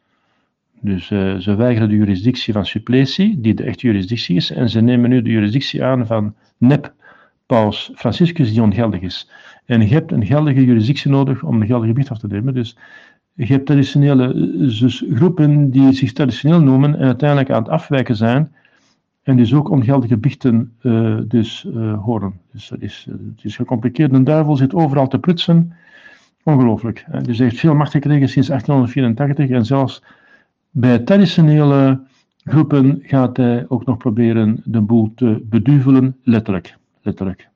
Dus uh, ze weigeren de jurisdictie van suppletie, die de echte jurisdictie is, en ze nemen nu de jurisdictie aan van nep paus Franciscus, die ongeldig is. En je hebt een geldige jurisdictie nodig om een geldige biecht af te nemen. Dus je hebt traditionele dus groepen die zich traditioneel noemen en uiteindelijk aan het afwijken zijn, en dus ook ongeldige biechten uh, dus, uh, horen. Dus dat is, uh, het is gecompliceerd. Een duivel zit overal te prutsen. Ongelooflijk. Uh, dus hij heeft veel macht gekregen sinds achttien vierentachtig. En zelfs bij traditionele groepen gaat hij ook nog proberen de boel te beduvelen. Letterlijk. Letterlijk.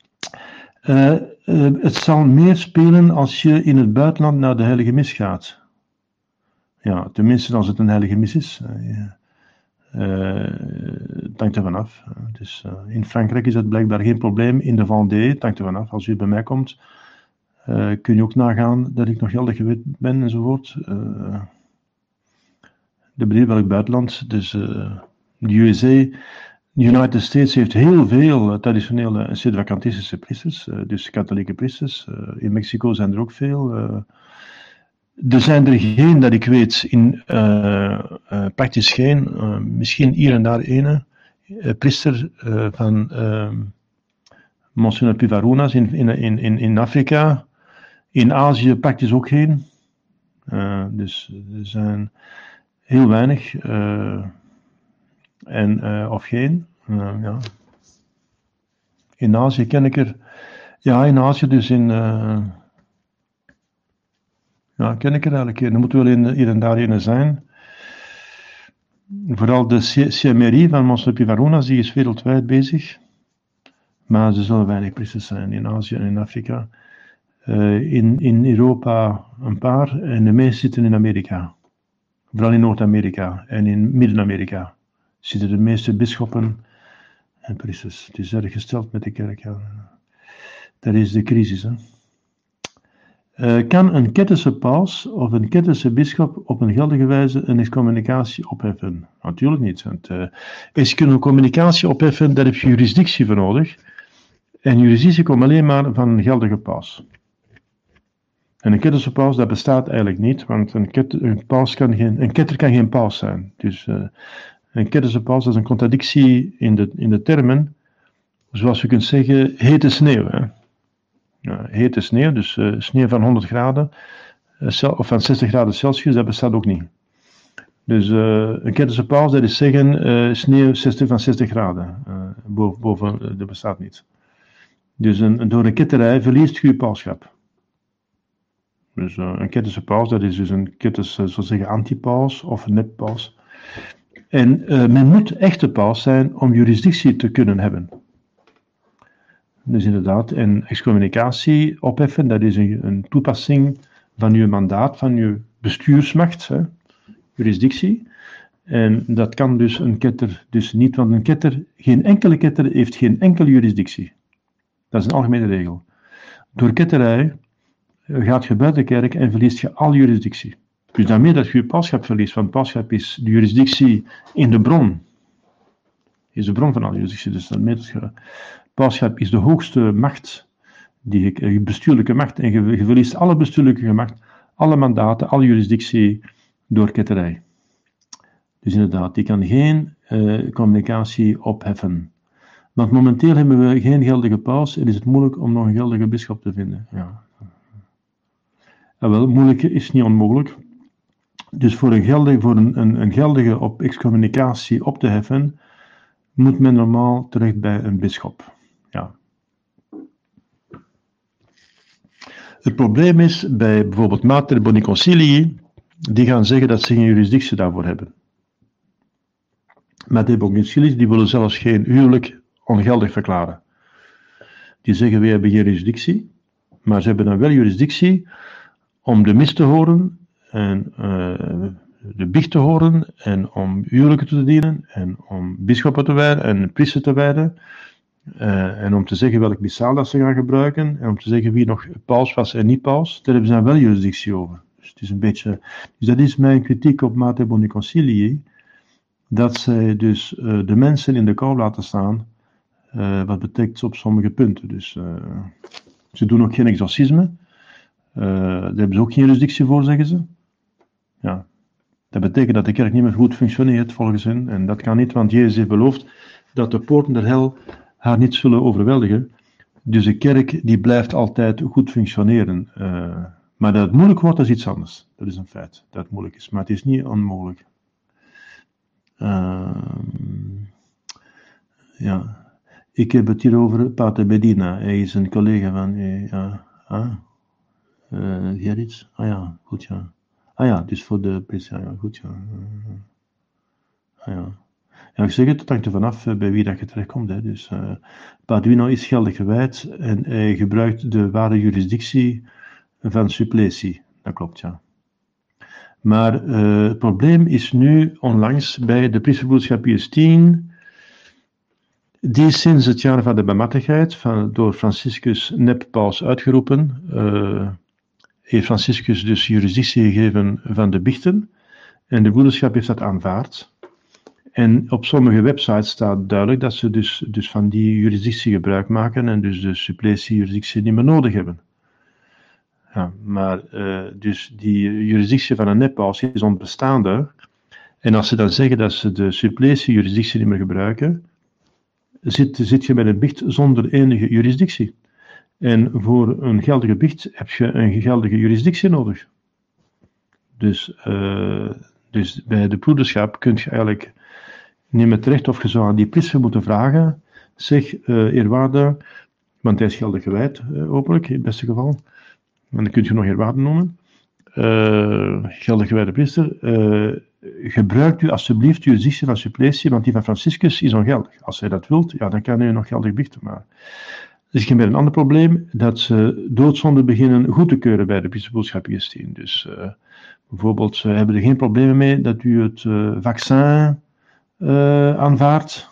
Uh, uh, het zal meer spelen als je in het buitenland naar de heilige mis gaat. Ja, tenminste als het een heilige mis is. Uh, ja. Uh, het hangt er vanaf. Dus, uh, in Frankrijk is dat blijkbaar geen probleem. In de Vendée, het hangt er vanaf. Als u bij mij komt, uh, kun je ook nagaan dat ik nog geldig gewid ben enzovoort. Uh, de benieuwd welk buitenland. Dus uh, de U S A, de United States heeft heel veel uh, traditionele en sedevacantistische priesters. Uh, dus katholieke priesters. Uh, in Mexico zijn er ook veel. Uh, Er zijn er geen, dat ik weet, in, uh, uh, praktisch geen, uh, misschien hier en daar ene, uh, priester uh, van uh, Monsignor Pivarunas in, in, in, in Afrika. In Azië praktisch ook geen. Uh, dus er zijn heel weinig, uh, en, uh, of geen. Uh, ja. In Azië ken ik er, ja, in Azië dus in... Uh, Ja, ken ik er eigenlijk. Er moet wel in, hier en daar een zijn. Vooral de C M R I van Monsignor Pivarunas, die is wereldwijd bezig. Maar er zullen weinig priesters zijn in Azië en in Afrika. Uh, in, in Europa een paar en de meeste zitten in Amerika. Vooral in Noord-Amerika en in Midden-Amerika zitten de meeste bisschoppen en priesters. Het is erg gesteld met de kerk. Ja. Dat is de crisis. Hè. Uh, kan een ketterse paus of een ketterse bisschop op een geldige wijze een excommunicatie opheffen? Natuurlijk niet. Want uh, excommunicatie opheffen, daar heb je jurisdictie voor nodig. En jurisdictie komt alleen maar van een geldige paus. En een ketterse paus, dat bestaat eigenlijk niet, want een, ket, een, paus kan geen, een ketter kan geen paus zijn. Dus uh, een ketterse paus, dat is een contradictie in de, in de termen, zoals je kunt zeggen, hete sneeuw. Hè. Ja, hete sneeuw, dus uh, sneeuw van honderd graden, uh, of van zestig graden Celsius, dat bestaat ook niet. Dus uh, een ketterse paus, dat is zeggen, uh, sneeuw zestig van zestig graden, uh, boven, boven uh, dat bestaat niet. Dus een, door een ketterij verliest je je pauschap. Dus uh, een ketterse paus, dat is dus een ketters, uh, zoals zeggen, antipaus of een neppaus. En uh, men moet echte paus zijn om jurisdictie te kunnen hebben. Dus inderdaad, en excommunicatie opheffen, dat is een, een toepassing van je mandaat, van je bestuursmacht, hè, jurisdictie. En dat kan dus een ketter dus niet, want een ketter, geen enkele ketter heeft geen enkele jurisdictie. Dat is een algemene regel. Door ketterij gaat je buiten de kerk en verliest je al jurisdictie. Dus daarmee dat je je pauschap verliest, want pauschap is de jurisdictie in de bron. Is de bron van al jurisdictie. Dus daarmee dat je, pauschap is de hoogste macht, die je bestuurlijke macht, en je, je verliest alle bestuurlijke macht, alle mandaten, alle jurisdictie door ketterij. Dus inderdaad, die kan geen uh, communicatie opheffen. Want momenteel hebben we geen geldige paus en is het moeilijk om nog een geldige bisschop te vinden. Ja. En wel, moeilijk is niet onmogelijk. Dus voor een geldige, voor een, een, een geldige op excommunicatie op te heffen, moet men normaal terecht bij een bisschop. Ja. Het probleem is bij bijvoorbeeld Mater Boni Concilii, die gaan zeggen dat ze geen jurisdictie daarvoor hebben. Mater Boni Concilii, die willen zelfs geen huwelijk ongeldig verklaren. Die zeggen, wij hebben geen jurisdictie, maar ze hebben dan wel jurisdictie om de mis te horen en uh, de biecht te horen en om huwelijken te dienen en om bisschoppen te wijden en priesters te wijden uh, en om te zeggen welk missaal dat ze gaan gebruiken en om te zeggen wie nog paus was en niet paus, daar hebben ze dan wel jurisdictie over. Dus, het is een beetje, dus dat is mijn kritiek op Mater Boni Concilii, dat zij dus uh, de mensen in de kou laten staan, uh, wat betekent op sommige punten. Dus uh, ze doen ook geen exorcisme. Uh, daar hebben ze ook geen jurisdictie voor, zeggen ze. Ja. Dat betekent dat de kerk niet meer goed functioneert, volgens hen. En dat kan niet, want Jezus heeft beloofd dat de poorten der hel haar niet zullen overweldigen. Dus de kerk die blijft altijd goed functioneren. Uh, maar dat het moeilijk wordt, dat is iets anders. Dat is een feit, dat het moeilijk is. Maar het is niet onmogelijk. Uh, ja. Ik heb het hier over Pater Medina. Hij is een collega van... Uh, ja, ah. Uh, Gerrits? Ah ja, goed ja. Ah ja, dus voor de P C A, ja, goed ja. Uh, ah ja. Ja, ik zeg het, het hangt er vanaf uh, bij wie dat je terechtkomt. Hè. Dus uh, Paduino is geldig gewijd en hij gebruikt de ware jurisdictie van suppletie. Dat klopt, ja. Maar uh, het probleem is nu onlangs bij de Priesterbroederschap Pius tien, die sinds het jaar van de barmhartigheid, van, door Franciscus Nep-Paus uitgeroepen, uh, heeft Franciscus dus jurisdictie gegeven van de biechten en de broederschap heeft dat aanvaard. En op sommige websites staat duidelijk dat ze dus, dus van die jurisdictie gebruik maken en dus de suppletie-jurisdictie niet meer nodig hebben. Ja, maar uh, dus die jurisdictie van een neppaus is onbestaande. En als ze dan zeggen dat ze de suppletie-jurisdictie niet meer gebruiken, zit, zit je met een biecht zonder enige jurisdictie. En voor een geldige biecht heb je een geldige jurisdictie nodig. Dus, uh, dus bij de broederschap kun je eigenlijk niet met recht of je zou aan die priester moeten vragen, zeg, uh, eerwaarde, want hij is geldig gewijd, uh, hopelijk, in het beste geval, en dan kun je nog eerwaarde noemen, uh, geldig gewijde priester, uh, gebruikt u alsjeblieft jurisdictie van suppletie, want die van Franciscus is ongeldig. Als hij dat wilt, ja, dan kan u nog geldig biechten. Maar er is een ander probleem, dat ze doodzonde beginnen goed te keuren bij de priesterboodschap Justine. Dus uh, bijvoorbeeld, ze hebben er geen problemen mee dat u het uh, vaccin uh, aanvaardt.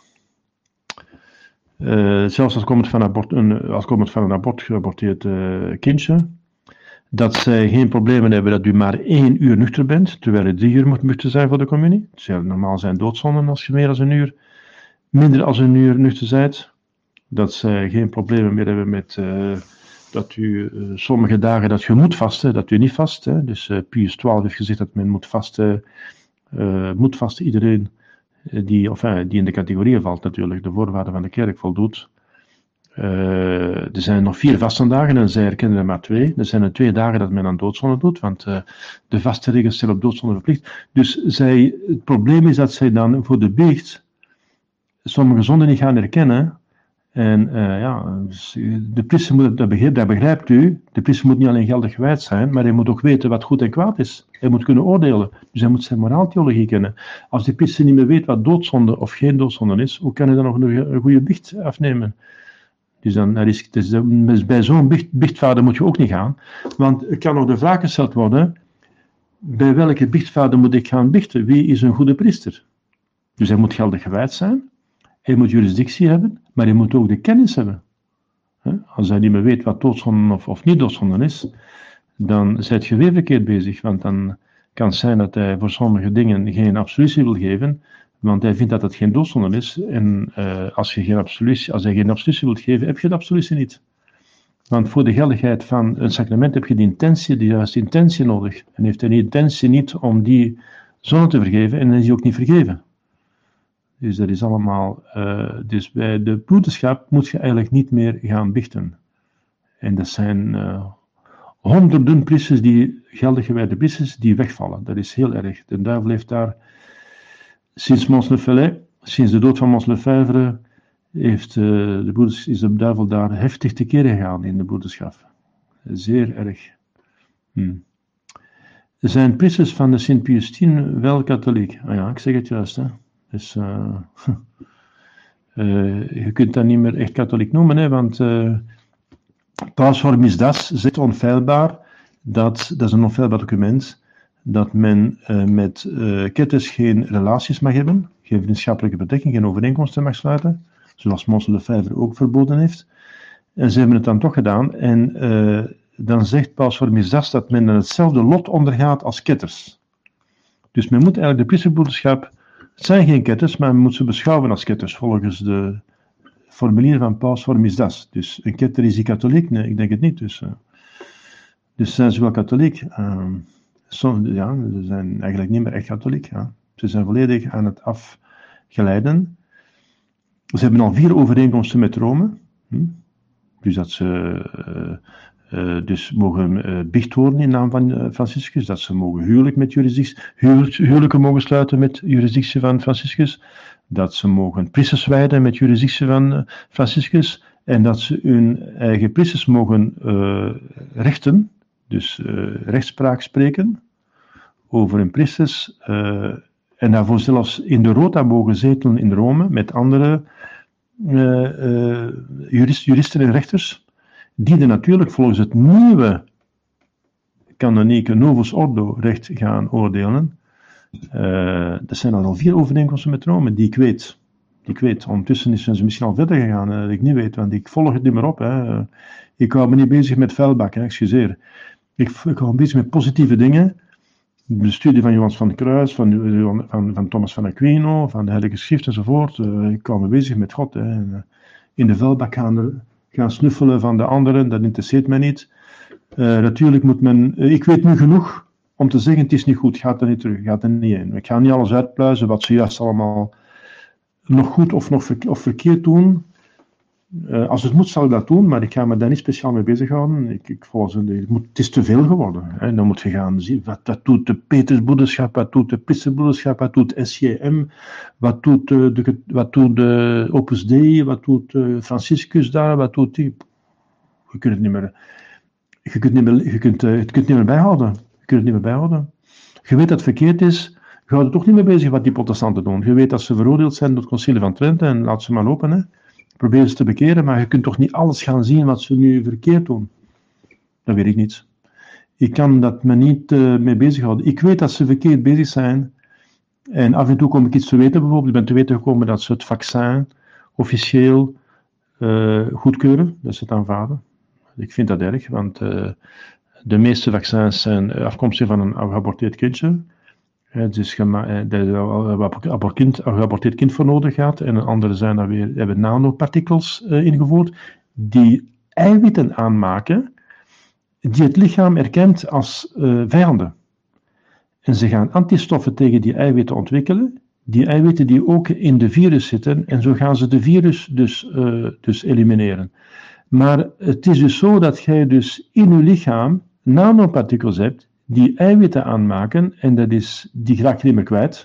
Uh, zelfs als komt van, abort, een, als komt van een abort geaborteerd uh, kindje. Dat zij geen problemen hebben dat u maar één uur nuchter bent, terwijl u drie uur moet nuchter zijn voor de communie. Het zou normaal zijn doodzonden als je meer dan een uur, minder dan een uur nuchter bent. Dat zij geen problemen meer hebben met uh, dat u uh, sommige dagen dat je moet vasten, dat u niet vast. Hè. Dus uh, Pius twaalf heeft gezegd dat men moet vasten, uh, moet vasten iedereen uh, die, enfin, die in de categorie valt natuurlijk, de voorwaarden van de kerk voldoet. Uh, er zijn nog vier vastendagen en zij herkennen er maar twee. Er zijn er twee dagen dat men aan doodzonde doet, want uh, de vaste regels zijn op doodzonde verplicht. Dus zij, het probleem is dat zij dan voor de biecht sommige zonden niet gaan herkennen. En uh, ja, de priester moet, dat begrijpt, dat begrijpt u, de priester moet niet alleen geldig gewijd zijn, maar hij moet ook weten wat goed en kwaad is. Hij moet kunnen oordelen, dus hij moet zijn moraaltheologie kennen. Als de priester niet meer weet wat doodzonde of geen doodzonde is, hoe kan hij dan nog een, een goede biecht afnemen? Dus, dan, dat is, dus bij zo'n biecht, biechtvader moet je ook niet gaan, want er kan nog de vraag gesteld worden, bij welke biechtvader moet ik gaan biechten? Wie is een goede priester? Dus hij moet geldig gewijd zijn, hij moet jurisdictie hebben, maar hij moet ook de kennis hebben. Als hij niet meer weet wat doodzonde of, of niet doodzonde is, dan zijt je weer verkeerd bezig, want dan kan het zijn dat hij voor sommige dingen geen absolutie wil geven, want hij vindt dat het geen doodzonde is, en uh, als, je geen absolutie, als hij geen absolutie wilt geven, heb je de absolutie niet. Want voor de geldigheid van een sacrament heb je de intentie, de juiste intentie nodig. En heeft hij die intentie niet om die zonde te vergeven, en dan is hij ook niet vergeven. Dus dat is allemaal, uh, dus bij de broederschap moet je eigenlijk niet meer gaan biechten. En dat zijn uh, honderden priesters, die, geldig gewijde priesters, die wegvallen. Dat is heel erg. De duivel heeft daar, sinds Mons Lefebvre, sinds de dood van Mons Lefebvre, heeft, uh, de broeders, is de duivel daar heftig tekeer gegaan in de broederschap. Zeer erg. Hmm. Er zijn priesters van de Sint Pius X wel katholiek. Ah ja, ik zeg het juist, hè. Dus uh, uh, je kunt dat niet meer echt katholiek noemen, hè, want uh, Paus Formis Das zegt onfeilbaar, dat, dat is een onfeilbaar document, dat men uh, met uh, ketters geen relaties mag hebben, geen vriendschappelijke betrekking, geen overeenkomsten mag sluiten, zoals Mons Lefebvre ook verboden heeft. En ze hebben het dan toch gedaan, en uh, dan zegt Paus Formis Das dat men hetzelfde lot ondergaat als ketters. Dus men moet eigenlijk de priesterbroederschap. Het zijn geen ketters, maar men moet ze beschouwen als ketters, volgens de formulier van Paus Formis Das. Dus een ketter is die katholiek? Nee, ik denk het niet. Dus, uh, dus zijn ze wel katholiek? Uh, som, ja, ze zijn eigenlijk niet meer echt katholiek. Ja. Ze zijn volledig aan het afgeleiden. Ze hebben al vier overeenkomsten met Rome. Hm? Dus dat ze uh, uh, dus mogen uh, biecht worden in naam van uh, Franciscus, dat ze mogen huwelijk met jurisdictie, huwelijk, huwelijken mogen sluiten met jurisdictie van Franciscus, dat ze mogen priesters wijden met jurisdictie van uh, Franciscus, en dat ze hun eigen priesters mogen uh, rechten, dus uh, rechtspraak spreken over hun priesters, uh, en daarvoor zelfs in de Rota mogen zetelen in Rome met andere uh, uh, jurist, juristen en rechters, die er natuurlijk volgens het nieuwe canonieke Novus Ordo recht gaan oordelen. Uh, dat zijn al vier overeenkomsten met Rome, die ik weet. Die ik weet. Ondertussen zijn ze misschien al verder gegaan, uh, dat ik niet weet, want ik volg het niet meer op. Hè. Uh, ik hou me niet bezig met vuilbak, hè, excuseer. Ik, ik hou me bezig met positieve dingen. De studie van Johannes van de Kruis, van, van, van Thomas van Aquino, van de Heilige Schrift enzovoort. Uh, ik hou me bezig met God. Hè. En, uh, in de vuilbak gaan, gaan snuffelen van de anderen, dat interesseert mij niet. Uh, natuurlijk moet men, uh, ik weet nu genoeg om te zeggen, het is niet goed, gaat er niet terug, gaat er niet in. Ik ga niet alles uitpluizen wat ze juist allemaal nog goed of nog verke- of verkeerd doen. Uh, als het moet, zal ik dat doen, maar ik ga me daar niet speciaal mee bezighouden. Ik, ik volgens, het, moet, het is te veel geworden. Hè. Dan moet je gaan zien, wat, wat doet de Petersbroederschap, wat doet de Priesterbroederschap, wat doet S J M, wat doet de, de, wat doet de Opus Dei, wat doet de Franciscus daar, wat doet die... Je kunt het niet meer, je kunt niet meer, je kunt, uh, je kunt het niet meer bijhouden. Je kunt het niet meer bijhouden. Je weet dat het verkeerd is, je houdt er toch niet mee bezig wat die protestanten doen. Je weet dat ze veroordeeld zijn door het concilie van Trente en laat ze maar lopen. Hè. Probeer ze te bekeren, maar je kunt toch niet alles gaan zien wat ze nu verkeerd doen. Dat weet ik niet. Ik kan dat me niet uh, mee bezighouden. Ik weet dat ze verkeerd bezig zijn. En af en toe kom ik iets te weten. Bijvoorbeeld, ik ben te weten gekomen dat ze het vaccin officieel uh, goedkeuren. Dat ze het aanvaarden. Ik vind dat erg, want uh, de meeste vaccins zijn afkomstig van een geaborteerd kindje. Het is gema- dat er een kind, geaborteerd kind voor nodig gaat. En een andere zijn dan weer, hebben nanopartikels uh, ingevoerd. Die eiwitten aanmaken. Die het lichaam erkent als uh, vijanden. En ze gaan antistoffen tegen die eiwitten ontwikkelen. Die eiwitten die ook in de virus zitten. En zo gaan ze de virus dus, uh, dus elimineren. Maar het is dus zo dat jij dus in je lichaam nanopartikels hebt die eiwitten aanmaken. En dat is, die raak je niet meer kwijt.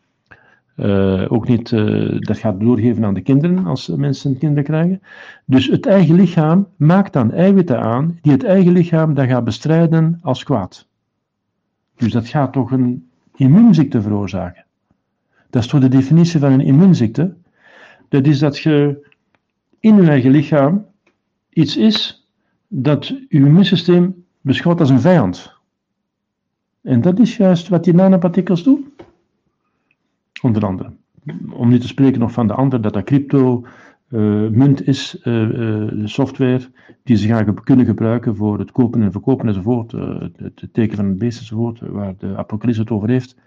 Uh, ook niet, uh, dat gaat doorgeven aan de kinderen als mensen kinderen krijgen. Dus het eigen lichaam maakt dan eiwitten aan die het eigen lichaam dan gaat bestrijden als kwaad. Dus dat gaat toch een immuunziekte veroorzaken. Dat is toch de definitie van een immuunziekte. Dat is dat je in je eigen lichaam iets is dat je immuunsysteem beschouwt als een vijand. En dat is juist wat die nanopartikels doen. Onder andere. Om niet te spreken nog van de andere, dat dat crypto uh, munt is, uh, uh, software, die ze gaan kunnen gebruiken voor het kopen en verkopen enzovoort, uh, het, het teken van het beest enzovoort, waar de apocalypse het over heeft.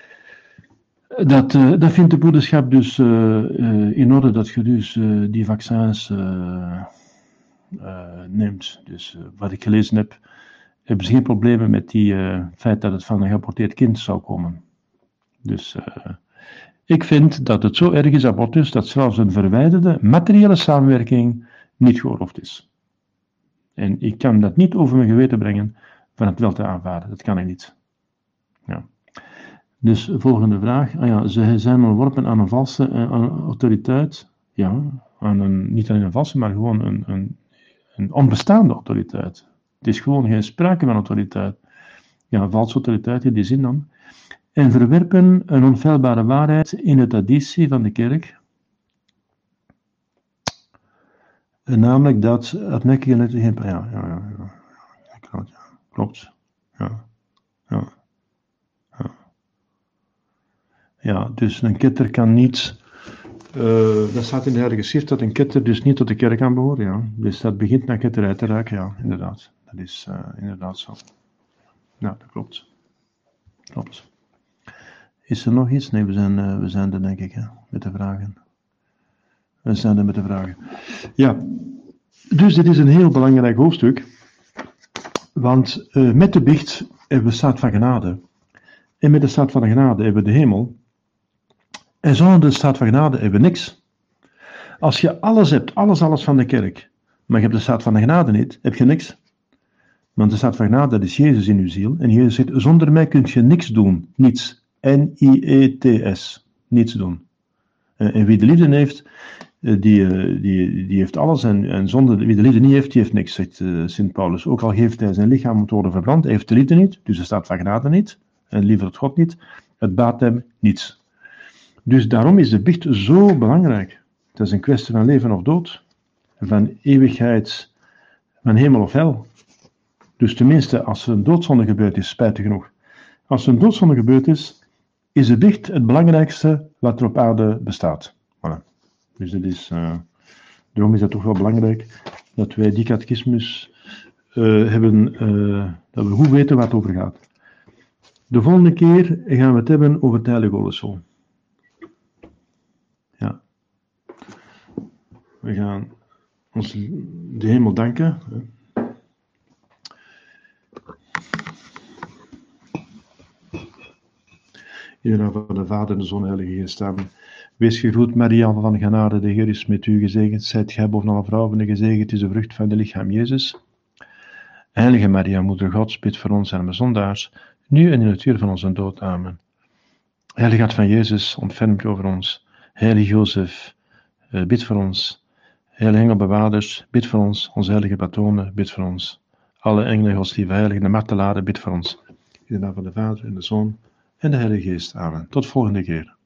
Dat, uh, dat vindt de broederschap dus uh, uh, in orde dat je dus uh, die vaccins uh, uh, neemt. Dus uh, wat ik gelezen heb, hebben ze geen problemen met die uh, feit dat het van een geaborteerd kind zou komen. Dus uh, ik vind dat het zo erg is, abortus, dat zelfs een verwijderde materiële samenwerking niet geoorloofd is. En ik kan dat niet over mijn geweten brengen van het wel te aanvaarden. Dat kan ik niet. Ja. Dus volgende vraag. Ah ja, ze zijn onderworpen aan een valse uh, autoriteit. Ja, aan een, niet alleen een valse, maar gewoon een, een, een onbestaande autoriteit. Het is gewoon geen sprake van autoriteit. Ja, een valse autoriteit in die zin dan. En verwerpen een onfeilbare waarheid in de traditie van de kerk. En namelijk dat hardnekkige netten geen... Ja, ja, ja, ja, ja, klopt. Ja, ja, ja. Ja, dus een ketter kan niet... Uh, dat staat in de Heilige Schrift dat een ketter dus niet tot de kerk kan behoren. Ja. Dus dat begint naar ketterij te raken, ja, inderdaad. Dat is uh, inderdaad zo. Ja, dat klopt. Klopt. Is er nog iets? Nee, we zijn, uh, we zijn er denk ik, hè, met de vragen. We zijn er met de vragen. Ja, dus dit is een heel belangrijk hoofdstuk. Want uh, met de biecht hebben we staat van genade. En met de staat van de genade hebben we de hemel. En zonder de staat van genade hebben we niks. Als je alles hebt, alles, alles van de kerk, maar je hebt de staat van de genade niet, heb je niks. Want de staat van genade, dat is Jezus in uw ziel. En Jezus zegt, zonder mij kun je niks doen. Niets. N I E T S. Niets doen. En wie de liefde heeft, die, die, die heeft alles. En, en zonder, wie de liefde niet heeft, die heeft niks, zegt uh, Sint Paulus. Ook al geeft hij zijn lichaam om te worden verbrand, hij heeft de liefde niet. Dus de staat van genade niet. En liever het God niet. Het baat hem niets. Dus daarom is de biecht zo belangrijk. Het is een kwestie van leven of dood. Van eeuwigheid, van hemel of hel. Dus tenminste, als er een doodzonde gebeurd is, spijtig genoeg. Als er een doodzonde gebeurd is, is de biecht het belangrijkste wat er op aarde bestaat. Voilà. Dus dat is, uh, daarom is het toch wel belangrijk dat wij die catechismus uh, hebben, uh, dat we goed weten waar het over gaat. De volgende keer gaan we het hebben over het heilige olesel. Ja. We gaan ons de hemel danken. In de naam van de Vader en de Zoon en de Heilige Geest. Amen. Wees gegroet, Maria van genade, de Heer is met u gezegend. Zijt gij boven alle vrouwen en gezegend is de vrucht van de lichaam Jezus. Heilige Maria, Moeder Gods, bid voor ons arme zondaars, nu en in het uur van onze dood. Amen. Heilige Hart van Jezus, ontferm u over ons. Heilige Jozef, bid voor ons. Heilige engelbewaarders, bid voor ons. Onze heilige patronen, bid voor ons. Alle engelen, Gods lieve heiligen, de martelaren, bid voor ons. In de naam van de Vader en de Zoon en de Heilige Geest. Amen. Tot volgende keer.